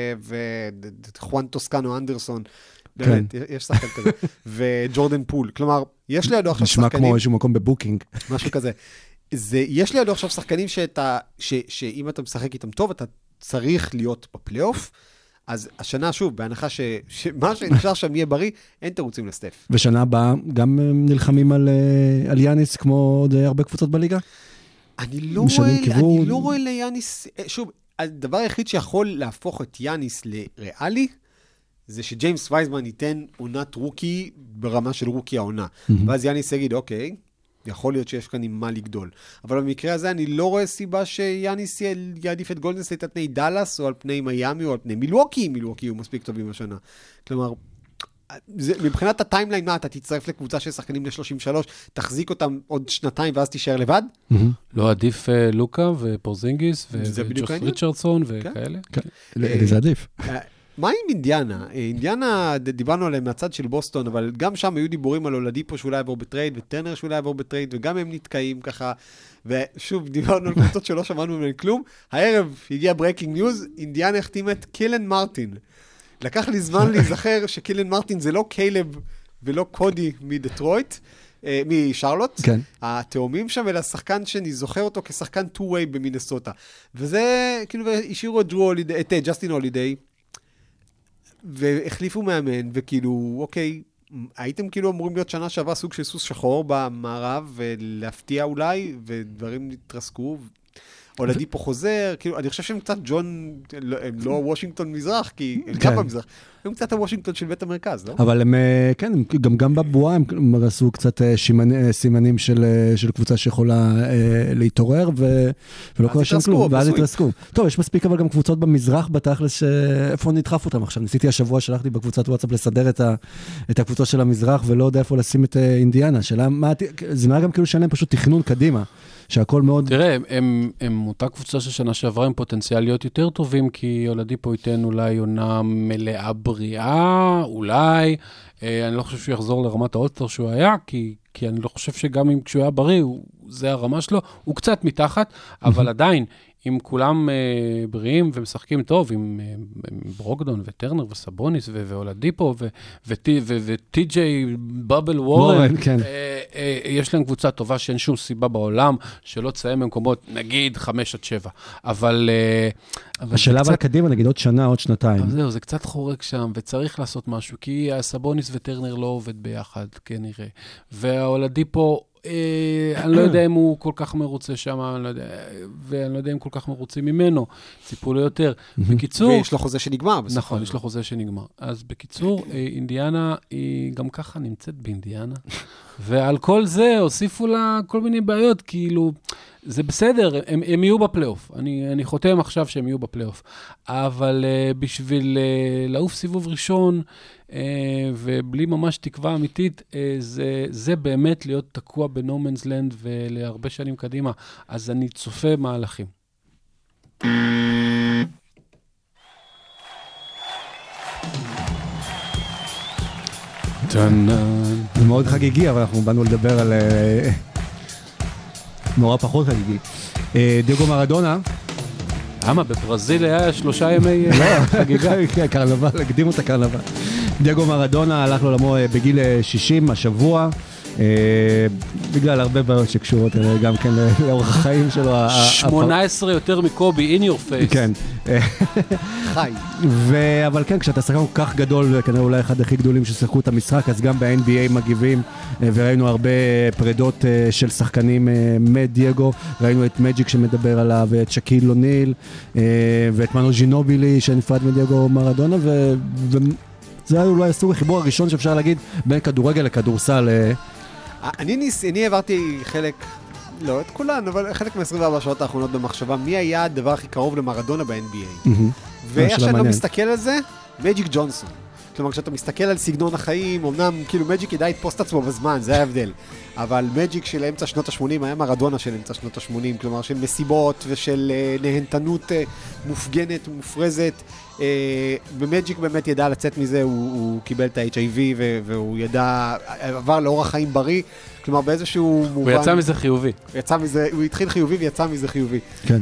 וחואן טוסקנו אנדרסון, באמת, יש שחקן כזה, וג'ורדן פול, כלומר, יש לידו עכשיו שחקנים... נשמע כמו איזשהו מקום בבוקינג. משהו כזה. יש לידו עכשיו שחקנים שאם אתה משחק איתם טוב, אתה צריך להיות בפלייאוף, אז השנה, שוב, בהנחה שמה שנשאר שם יהיה בריא, אין תירוצים לסטף. ושנה הבאה גם נלחמים על יאניס, כמו עוד הרבה קבוצות בליגה? אני לא רואה ליאניס, שוב, הדבר היחיד שיכול להפוך את יאניס לריאלי, זה שג'יימס וייזמן ייתן עונת רוקי ברמה של רוקי העונה. ואז יאניס יגיד, אוקיי, יכול להיות שיש כאן עם מה לגדול. אבל במקרה הזה אני לא רואה סיבה שיאניס יעדיף את גולדן סטייט על פני דלס, או על פני מיאמי, או על פני מילווקי הוא מספיק טובים השנה. כלומר, מבחינת הטיימליין, מה, אתה תצטרף לקבוצה של שחקנים ל-33, תחזיק אותם עוד שנתיים ואז תישאר לבד? לא עדיף לוקה ופורזינגיס וג'וס ריצ'רדסון וכאלה? זה עדיף. מה עם אינדיאנה? אינדיאנה, דיברנו עליהם מהצד של בוסטון, אבל גם שם היו דיבורים על אולדיפו שאולי יעבור בטרייד, וטרנר שאולי יעבור בטרייד, וגם הם נתקעים ככה, ושוב, דיברנו על קבוצות שלא שמענו ממנו כלום. הערב הגיע ברייקינג ניוז, אינדיאנה החתימה את קילן מרטין. לקח לי זמן להיזכר שקילן מרטין זה לא קיילב ולא קודי מדטרויט, משרלוט, כן. התאומים שם, אלא שחקן שאני זוכר אותו כשחקן two-way במינסוטה. וזה, כאילו, השאירו את ג'סטין הולידיי, והחליפו מאמן, וכאילו, אוקיי, הייתם כאילו אמורים להיות שנה שעברה סוג של סוס שחור במערב, ולהפתיע אולי, ודברים התרסקו, אולדיפו חוזר, כאילו, אני חושב שהם קצת ג'ון, הם לא וושינגטון מזרח, כי הם גם במזרח, הם קצת הוושינגטון של בית המרכז, לא? אבל הם, כן, גם בבועה הם עשו קצת סימנים של קבוצה שיכולה להתעורר, ולא קורה שם כלום, ואז התרסקו. טוב, יש מספיק אבל גם קבוצות במזרח, בתכלס, איפה נדחף אותם עכשיו? ניסיתי השבוע, שלחתי בקבוצת וואטסאפ לסדר את הקבוצות של המזרח, ולא יודע איפה לשים את אינדיאנה. זה נראה גם כאילו שאין להם פשוט תכנון קדימה. שהכל מאוד... תראה, הם אותה קבוצה ששנה שעברה עם פוטנציאל להיות יותר טובים, כי אולדיפו ייתן אולי עונה מלאה בריאה, אולי, אני לא חושב שהוא יחזור לרמת האולסטר שהוא היה, כי אני לא חושב שגם אם כשהוא היה בריא, זה הרמה שלו, הוא קצת מתחת, אבל עדיין, אם כולם בריאים ומשחקים טוב, עם ברוקדון וטרנר וסבוניס ואולדיפו וטי.ג'יי בבל וורן, יש להם קבוצה טובה שאין שום סיבה בעולם שלא תסיים במקומות, נגיד 5-7. אבל... השאלה אבל קדימה, נגיד עוד שנה, עוד שנתיים. אבל זהו, זה קצת חורק שם, וצריך לעשות משהו, כי הסבוניס וטרנר לא עובד ביחד, כנראה. והאולדיפו... אני לא יודע אם הוא כל כך מרוצה שם, ואני לא יודע אם כל כך מרוצים ממנו, ציפו לו יותר. בקיצור... ויש לו חוזה שנגמר. נכון, יש לו חוזה שנגמר. אז בקיצור, אינדיאנה היא גם ככה נמצאת באינדיאנה, ועל כל זה הוסיפו לה כל מיני בעיות, כאילו, זה בסדר, הם יהיו בפלייאוף. אני חותם עכשיו שהם יהיו בפלייאוף. אבל בשביל לעוף סיבוב ראשון, ובלי ממש תקווה אמיתית, זה באמת להיות תקוע בנומנס לנד ולהרבה שנים קדימה. אז אני צופה מהלכים. זה מאוד חגיגי, אבל אנחנו באנו לדבר על נורא פחות חגיגי. דיאגו מרדונה. למה? בברזיל היה 3 ימי חגיגה. קרנבל, הקדימו את הקרנבל. דיאגו מרדונה הלך לעולמו בגיל 60 השבוע, בגלל הרבה בעיות שקשורות גם כן לאורך החיים שלו. 18 יותר מקובי, in your face. כן. חי. אבל כן, כשאתה שחקן כל כך גדול, וכנראה אולי אחד הכי גדולים ששחקו את המשחק, אז גם ב-NBA מגיבים, וראינו הרבה פרדות של שחקנים מדייגו, ראינו את מג'יק שמדבר עליו, ואת שקיל אוניל, ואת מנו ג'ינובילי שנפרד מדייגו מרדונה, זה היה אולי הסוג החיבור הראשון שאפשר להגיד בין כדורגל לכדורסל. אני העברתי חלק לא את כולן, אבל חלק מה-24 השעות האחרונות במחשבה, מי היה הדבר הכי קרוב למרדונה ב-NBA? ואיך שאני לא מסתכל על זה, מג'יק ג'ונסון. כלומר, כשאתה מסתכל על סגנון החיים, אמנם כאילו מג'יק ידע לתפוס את עצמו בזמן, זה ההבדל. אבל מג'יק של אמצע שנות ה-80 היה מרדונה של אמצע שנות ה-80, כלומר של מסיבות ושל נהנתנות מופגנת ומופרזת. ומג'יק באמת ידע לצאת מזה, הוא קיבל את ה-HIV והוא ידע, עבר לאורח חיים בריא, כלומר באיזשהו מובן... הוא יצא מזה חיובי. הוא התחיל חיובי ויצא מזה חיובי. כן.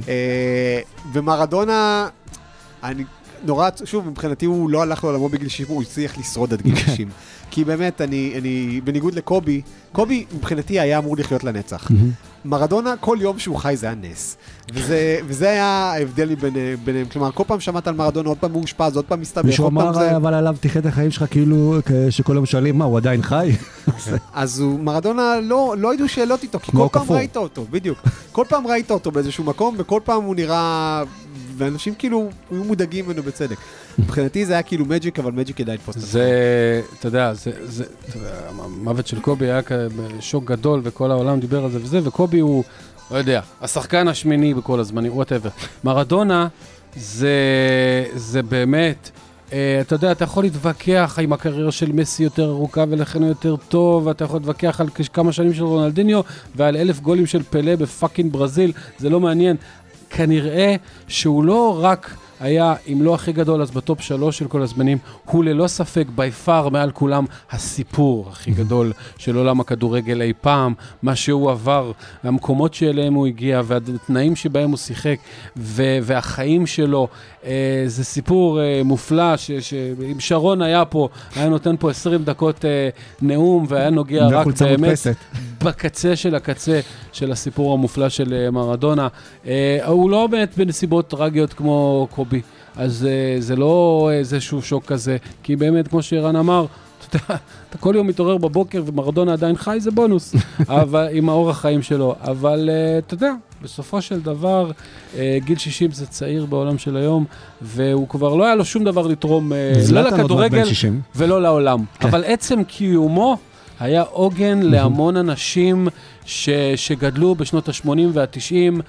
ומרדונה, אני נורא, שוב, מבחינתי הוא לא הלך לעולמו בגיל 60, הוא הצליח לשרוד עד גיל 60. כי באמת, אני בניגוד לקובי, קובי מבחינתי היה אמור לחיות לנצח. מרדונה, כל יום שהוא חי זה היה נס. וזה היה ההבדל ביניהם. כלומר, כל פעם שמעת על מרדונה, עוד פעם הוא אושפז, עוד פעם מסתבך. מישהו אמר, אבל עליו תחיה את החיים שלך כאילו, שכל יום שואלים, מה, הוא עדיין חי? אז מרדונה לא ידעו שאלות איתו, כי כל פעם ראית אותו, בדיוק. כל פעם ראית אותו באיזשהו מקום, וכל פעם הוא נראה... ואנשים כאילו היו מודאגים ממנו בצדק. מבחינתי זה היה כאילו מג'יק, אבל מג'יק ידע לתפוס את זה. זה, אתה יודע, המוות של קובי היה שוק גדול, וכל העולם דיבר על זה וזה, וקובי הוא, לא יודע, השחקן השמיני בכל הזמנים, whatever. מרדונה זה באמת, אתה יודע, אתה יכול להתווכח עם הקריירה של מסי יותר ארוכה ולכן הוא יותר טוב, ואתה יכול להתווכח על כמה שנים של רונלדיניו, ועל 1000 גולים של פלה בפאקינג ברזיל, זה לא מעניין. כנראה שהוא לא רק היה, אם לא הכי גדול, אז בטופ 3 של כל הזמנים, הוא ללא ספק, ביפר מעל כולם, הסיפור הכי גדול של עולם הכדורגל אי פעם, מה שהוא עבר, המקומות שאליהם הוא הגיע, והתנאים שבהם הוא שיחק, והחיים שלו, זה סיפור מופלא, שאם שרון היה פה, היה נותן פה 20 דקות נאום, והיה נוגע רק באמת בקצה של הקצה של הסיפור המופלא של מרדונה. הוא לא באמת בנסיבות טרגיות כמו קובי, אז זה לא איזשהו שוק כזה, כי באמת, כמו שירן אמר, אתה כל יום מתעורר בבוקר ומרדונה עדיין חי, זה בונוס, אבל, עם האורח חיים שלו. אבל אתה יודע, בסופו של דבר, גיל 60 זה צעיר בעולם של היום, והוא כבר לא היה לו שום דבר לתרום, לא לכדורגל ולא לעולם. אבל עצם קיומו היה עוגן להמון אנשים שגדלו בשנות ה-80 וה-90,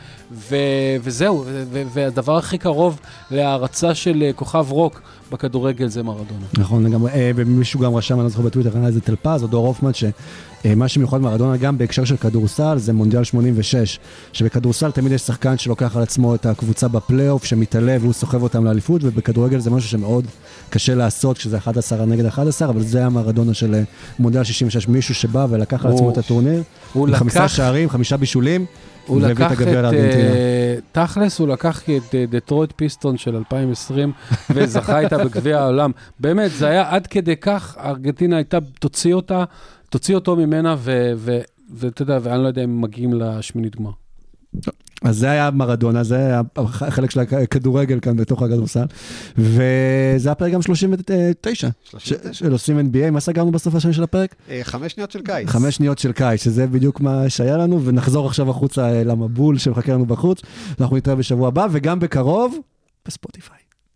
וזהו, והדבר הכי קרוב להערצה של כוכב רוק בכדורגל זה מרדונה. נכון, ומישהו גם רשם, אני לא זוכר בטוויטר, איזה טלפז, או דור הופמן, שמה שמיוחד מרדונה גם בהקשר של כדורסל, זה מונדיאל 86, שבכדורסל תמיד יש שחקן שלוקח על עצמו את הקבוצה בפלייאוף, שמתעלה והוא סוחב אותם לאליפות, ובכדורגל זה משהו שמאוד קשה לעשות, כשזה 11 נגד 11, אבל זה היה מרדונה של מונדיאל 66, מישהו שבא ולקח על עצמו את הטורניר, עם 5 שערים, 5 בישולים, הוא לקח את, תכלס, הוא לקח את דטרויט פיסטון של 2020, וזכה איתה בגביע העולם. באמת, זה היה עד כדי כך, ארגנטינה הייתה, תוציא אותו ממנה, ואתה יודע, ואני לא יודע אם מגיעים לשמינית גמר. אז זה היה מרדונה, זה היה החלק של הכדורגל כאן בתוך הכדורסל, וזה הפרק גם 39, של עושים NBA. מה סגרנו בסוף השני של הפרק? 5 שניות של קיץ. 5 שניות של קיץ, שזה בדיוק מה שהיה לנו, ונחזור עכשיו החוצה למבול שמחכה לנו בחוץ, אנחנו נתראה בשבוע הבא, וגם בקרוב, בספוטיפיי.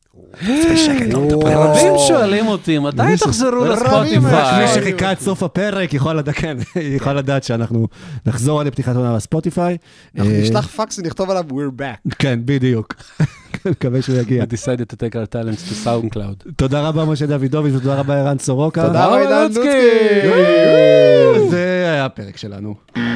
רבים שואלים אותי, מתי תחזרו לספוטיפיי? מי שחיכה עד סוף הפרק יכול לדעת שאנחנו נחזור עד לפתיחת עונה לספוטיפיי. אנחנו נשלח פקס ונכתוב עליו we're back. כן, בדיוק. מקווה שהוא יגיע. We decided to take our talents to SoundCloud. תודה רבה משה דוידוביץ' ותודה רבה ערן סורוקה. תודה רבה עידן לוצקי. זה היה הפרק שלנו.